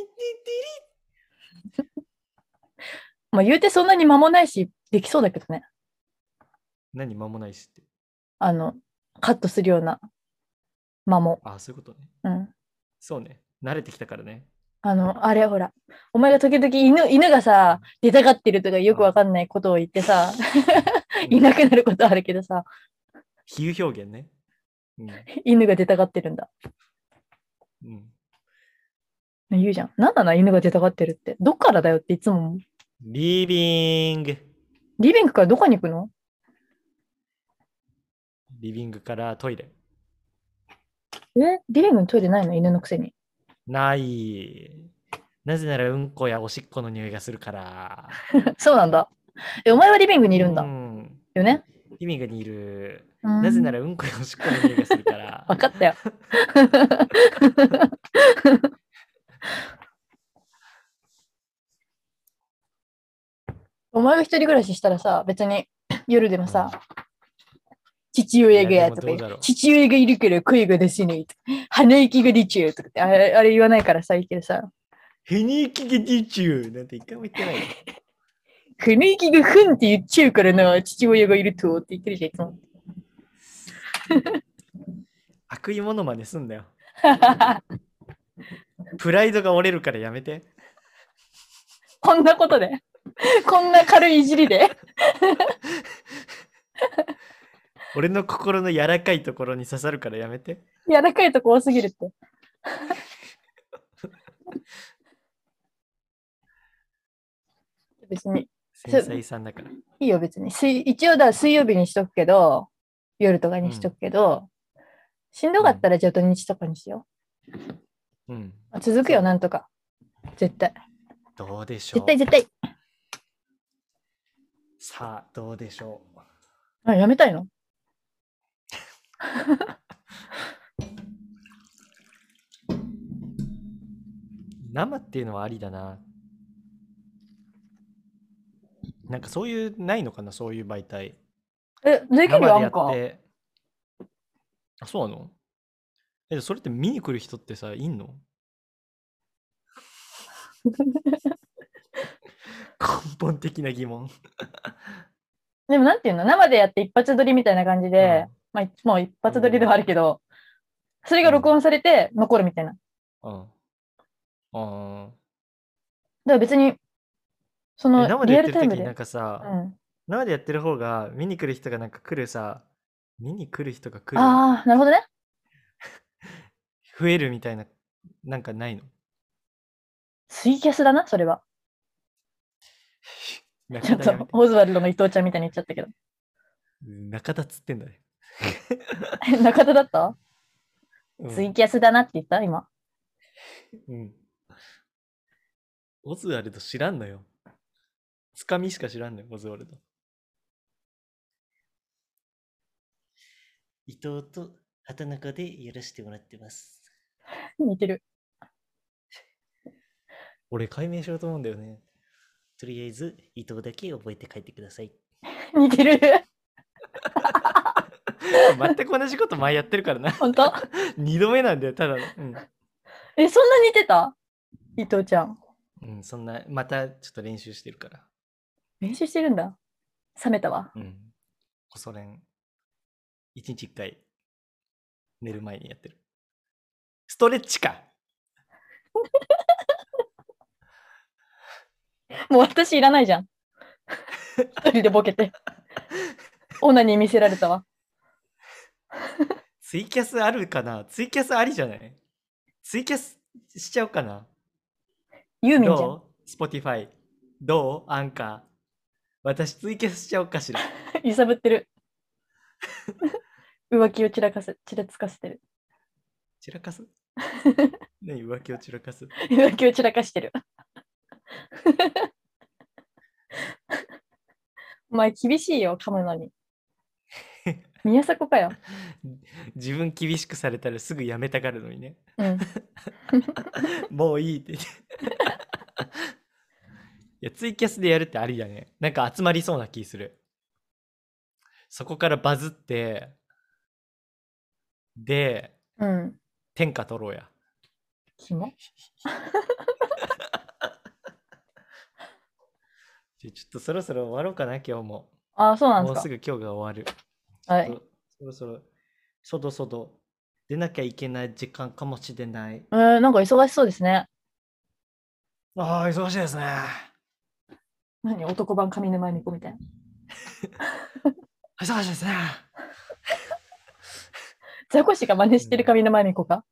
ティティリ。 まあ言うてそんなに間もないし、できそうだけどね。 何間もないしって。 あの、カットするような間も。 ああ、そういうことね。 うん。 そうね。慣れてきたからね。 あの、あれほら、お前が時々犬、犬がさ、出たがってるとかよくわかんないことを言ってさ、いなくなることあるけどさ、 比喩表現ね。うん。 犬が出たがってるんだ。 うん、 言うじゃん。なんなの犬が出たがってるって。どっからだよっていつも思う。 リビング。 リビングからどこに行くの？ リビングからトイレ。 えリビングにトイレないの？犬のくせに。 ない。なぜならうんこやおしっこの匂いがするから。 そうなんだ。え、お前はリビングにいるんだ。 うんよね。 リビングにいる。 うんなぜならうんこやおしっこの匂いがするから。 分かったよ。お前が一人暮らししたらさ、別に夜でもさ、父親がとか言う、父親がいるから声が出せないとか、鼻息が出ちゃうとかってあれ、あれ言わないからさ、いいけどさ。 鼻息が出ちゃうなんて一回も言ってないよ。 鼻息がふんって言っちゃうからな、父親がいるとって言ってるじゃん、いつも。 悪意モノマネすんだよ。プライドが折れるからやめて。 こんなことでこんな軽いいじりで俺の心の柔らかいところに刺さるからやめて。 柔らかいとこ多すぎるって。別に。 繊細さんだから。 いいよ、別に。水一応だ、水曜日にしとくけど、夜とかにしとくけど、うん、しんどかったらじゃあ土日とかにしよう。うん。 続くよ、なんとか。絶対。 どうでしょう。 絶対絶対。 さあ、どうでしょう。 あ、やめたいの？ 生っていうのはありだな。なんかそういう、ないのかな、そういう媒体。 え、できるよ、アンカー。 あ、そうなの？え、それって見に来る人ってさ、いんの？根本的な疑問。 でもなんていうの、生でやって一発撮りみたいな感じで、うん、まあ、もう一発撮りではあるけど、うん、それが録音されて残るみたいな。うん。ああ。だから別に、そのリアルタイムで。なんかさ、うん、 生でやってる方が見に来る人がなんか来るさ、見に来る人が来るああ、なるほどね。 増えるみたいな、なんかないの？ ツイキャスだな、それは。ちょっと、 中田やめて。 オズワルドの伊藤ちゃんみたいに言っちゃったけど。 中田っつってんだね。 中田だった、 うんツイキャスだなって言った今。 うん。オズワルド知らんのよ。つかみしか知らんのよ、オズワルド。伊藤と畑中でやらせてもらってます。 似てる。 俺解明しようと思うんだよね。とりあえず伊藤だけ覚えて帰ってください。 似てる。 全く同じこと前やってるからな。 本当？ 二度目なんだよ、ただの。うん。 え、そんな似てた？伊藤ちゃん。 うん、そんな、またちょっと練習してるから。 練習してるんだ。冷めたわ。 うん。こそ練。一日一回、寝る前にやってる。ストレッチか。 もう私いらないじゃん。一人でボケて。オナに見せられたわ。 ツイキャスあるかな？ツイキャスありじゃない？ツイキャスしちゃおうかな。 ユーミンじゃん。 どう？ Spotify。どう？アンカー。私ツイキャスしちゃおうかしら。 揺さぶってる。浮気を散らかせ、ちらつかせてる。 散らかす？何浮気を散らかす？ 浮気を散らかしてる。お前厳しいよ、噛むのに。宮迫かよ。 自分厳しくされたらすぐやめたがるのにね。 うん。 もういいって言って。いや、ツイキャスでやるってありだね。なんか集まりそうな気する。そこからバズって、で、 うん。 天下取ろうや。 キモ。 ちょちょっとそろそろ終わろうかな、今日も。 ああ、そうなんですか。 もうすぐ今日が終わる。 はい。 ちょっとそろそろ、そどそど出なきゃいけない時間かもしれない。 えー、なんか忙しそうですね。 ああ、忙しいですね。 何、男版上沼恵美子みたいな。 忙しいですね。 ザコシが真似してる上沼恵美子か。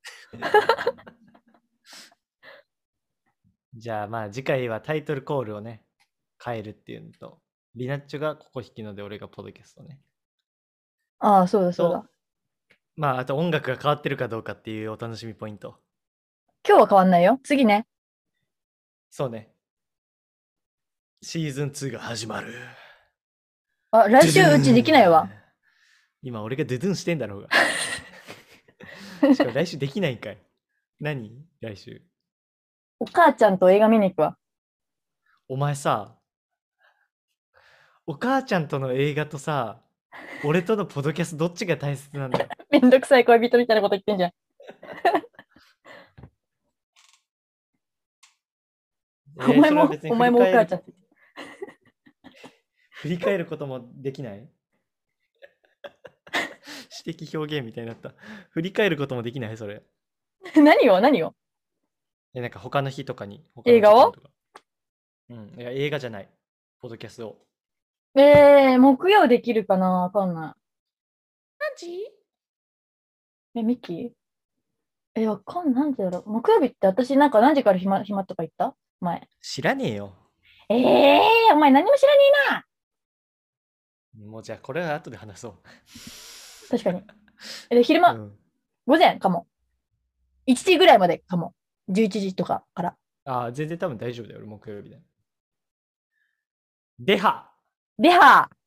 じゃあまあ次回はタイトルコールをね、変えるっていうのと、リナッチョがここ引きので俺がポッドキャストね。 ああ、そうだそうだ。 と、まああと音楽が変わってるかどうかっていうお楽しみポイント。 今日は変わんないよ。次ね。 そうね。シーズンツーが始まる。 あ、来週うちできないわ。 今俺がドゥドゥンしてんだろうが。しかも来週できないんかい。何来週。 お母ちゃんと映画見に行くわ。 お前さ、お母ちゃんとの映画とさ、俺とのポドキャストどっちが大切なんだよ。 めんどくさい恋人みたいなこと言ってんじゃん。 えーお前もそれは別にお前もお母ちゃん。 振り返ることもできない詩的表現みたいになった。振り返ることもできないそれ。 何を何をえ、なんか他の日とかに。他の映画を時間とかうん。いや、映画じゃない。ポッドキャストを。 えー、木曜できるかな、わかんない。 何時え、ミッキーえ、わかんない。なんでだろう。木曜日って私なんか何時から暇、暇とか言った前。 知らねえよ。 ええー、お前何も知らねえな。 もうじゃあこれは後で話そう。 確かに。えで昼間、 うん、 午前かも。いちじぐらいまでかも。じゅういちじとかから。 ああ、全然多分大丈夫だよ。俺木曜日で。ではでは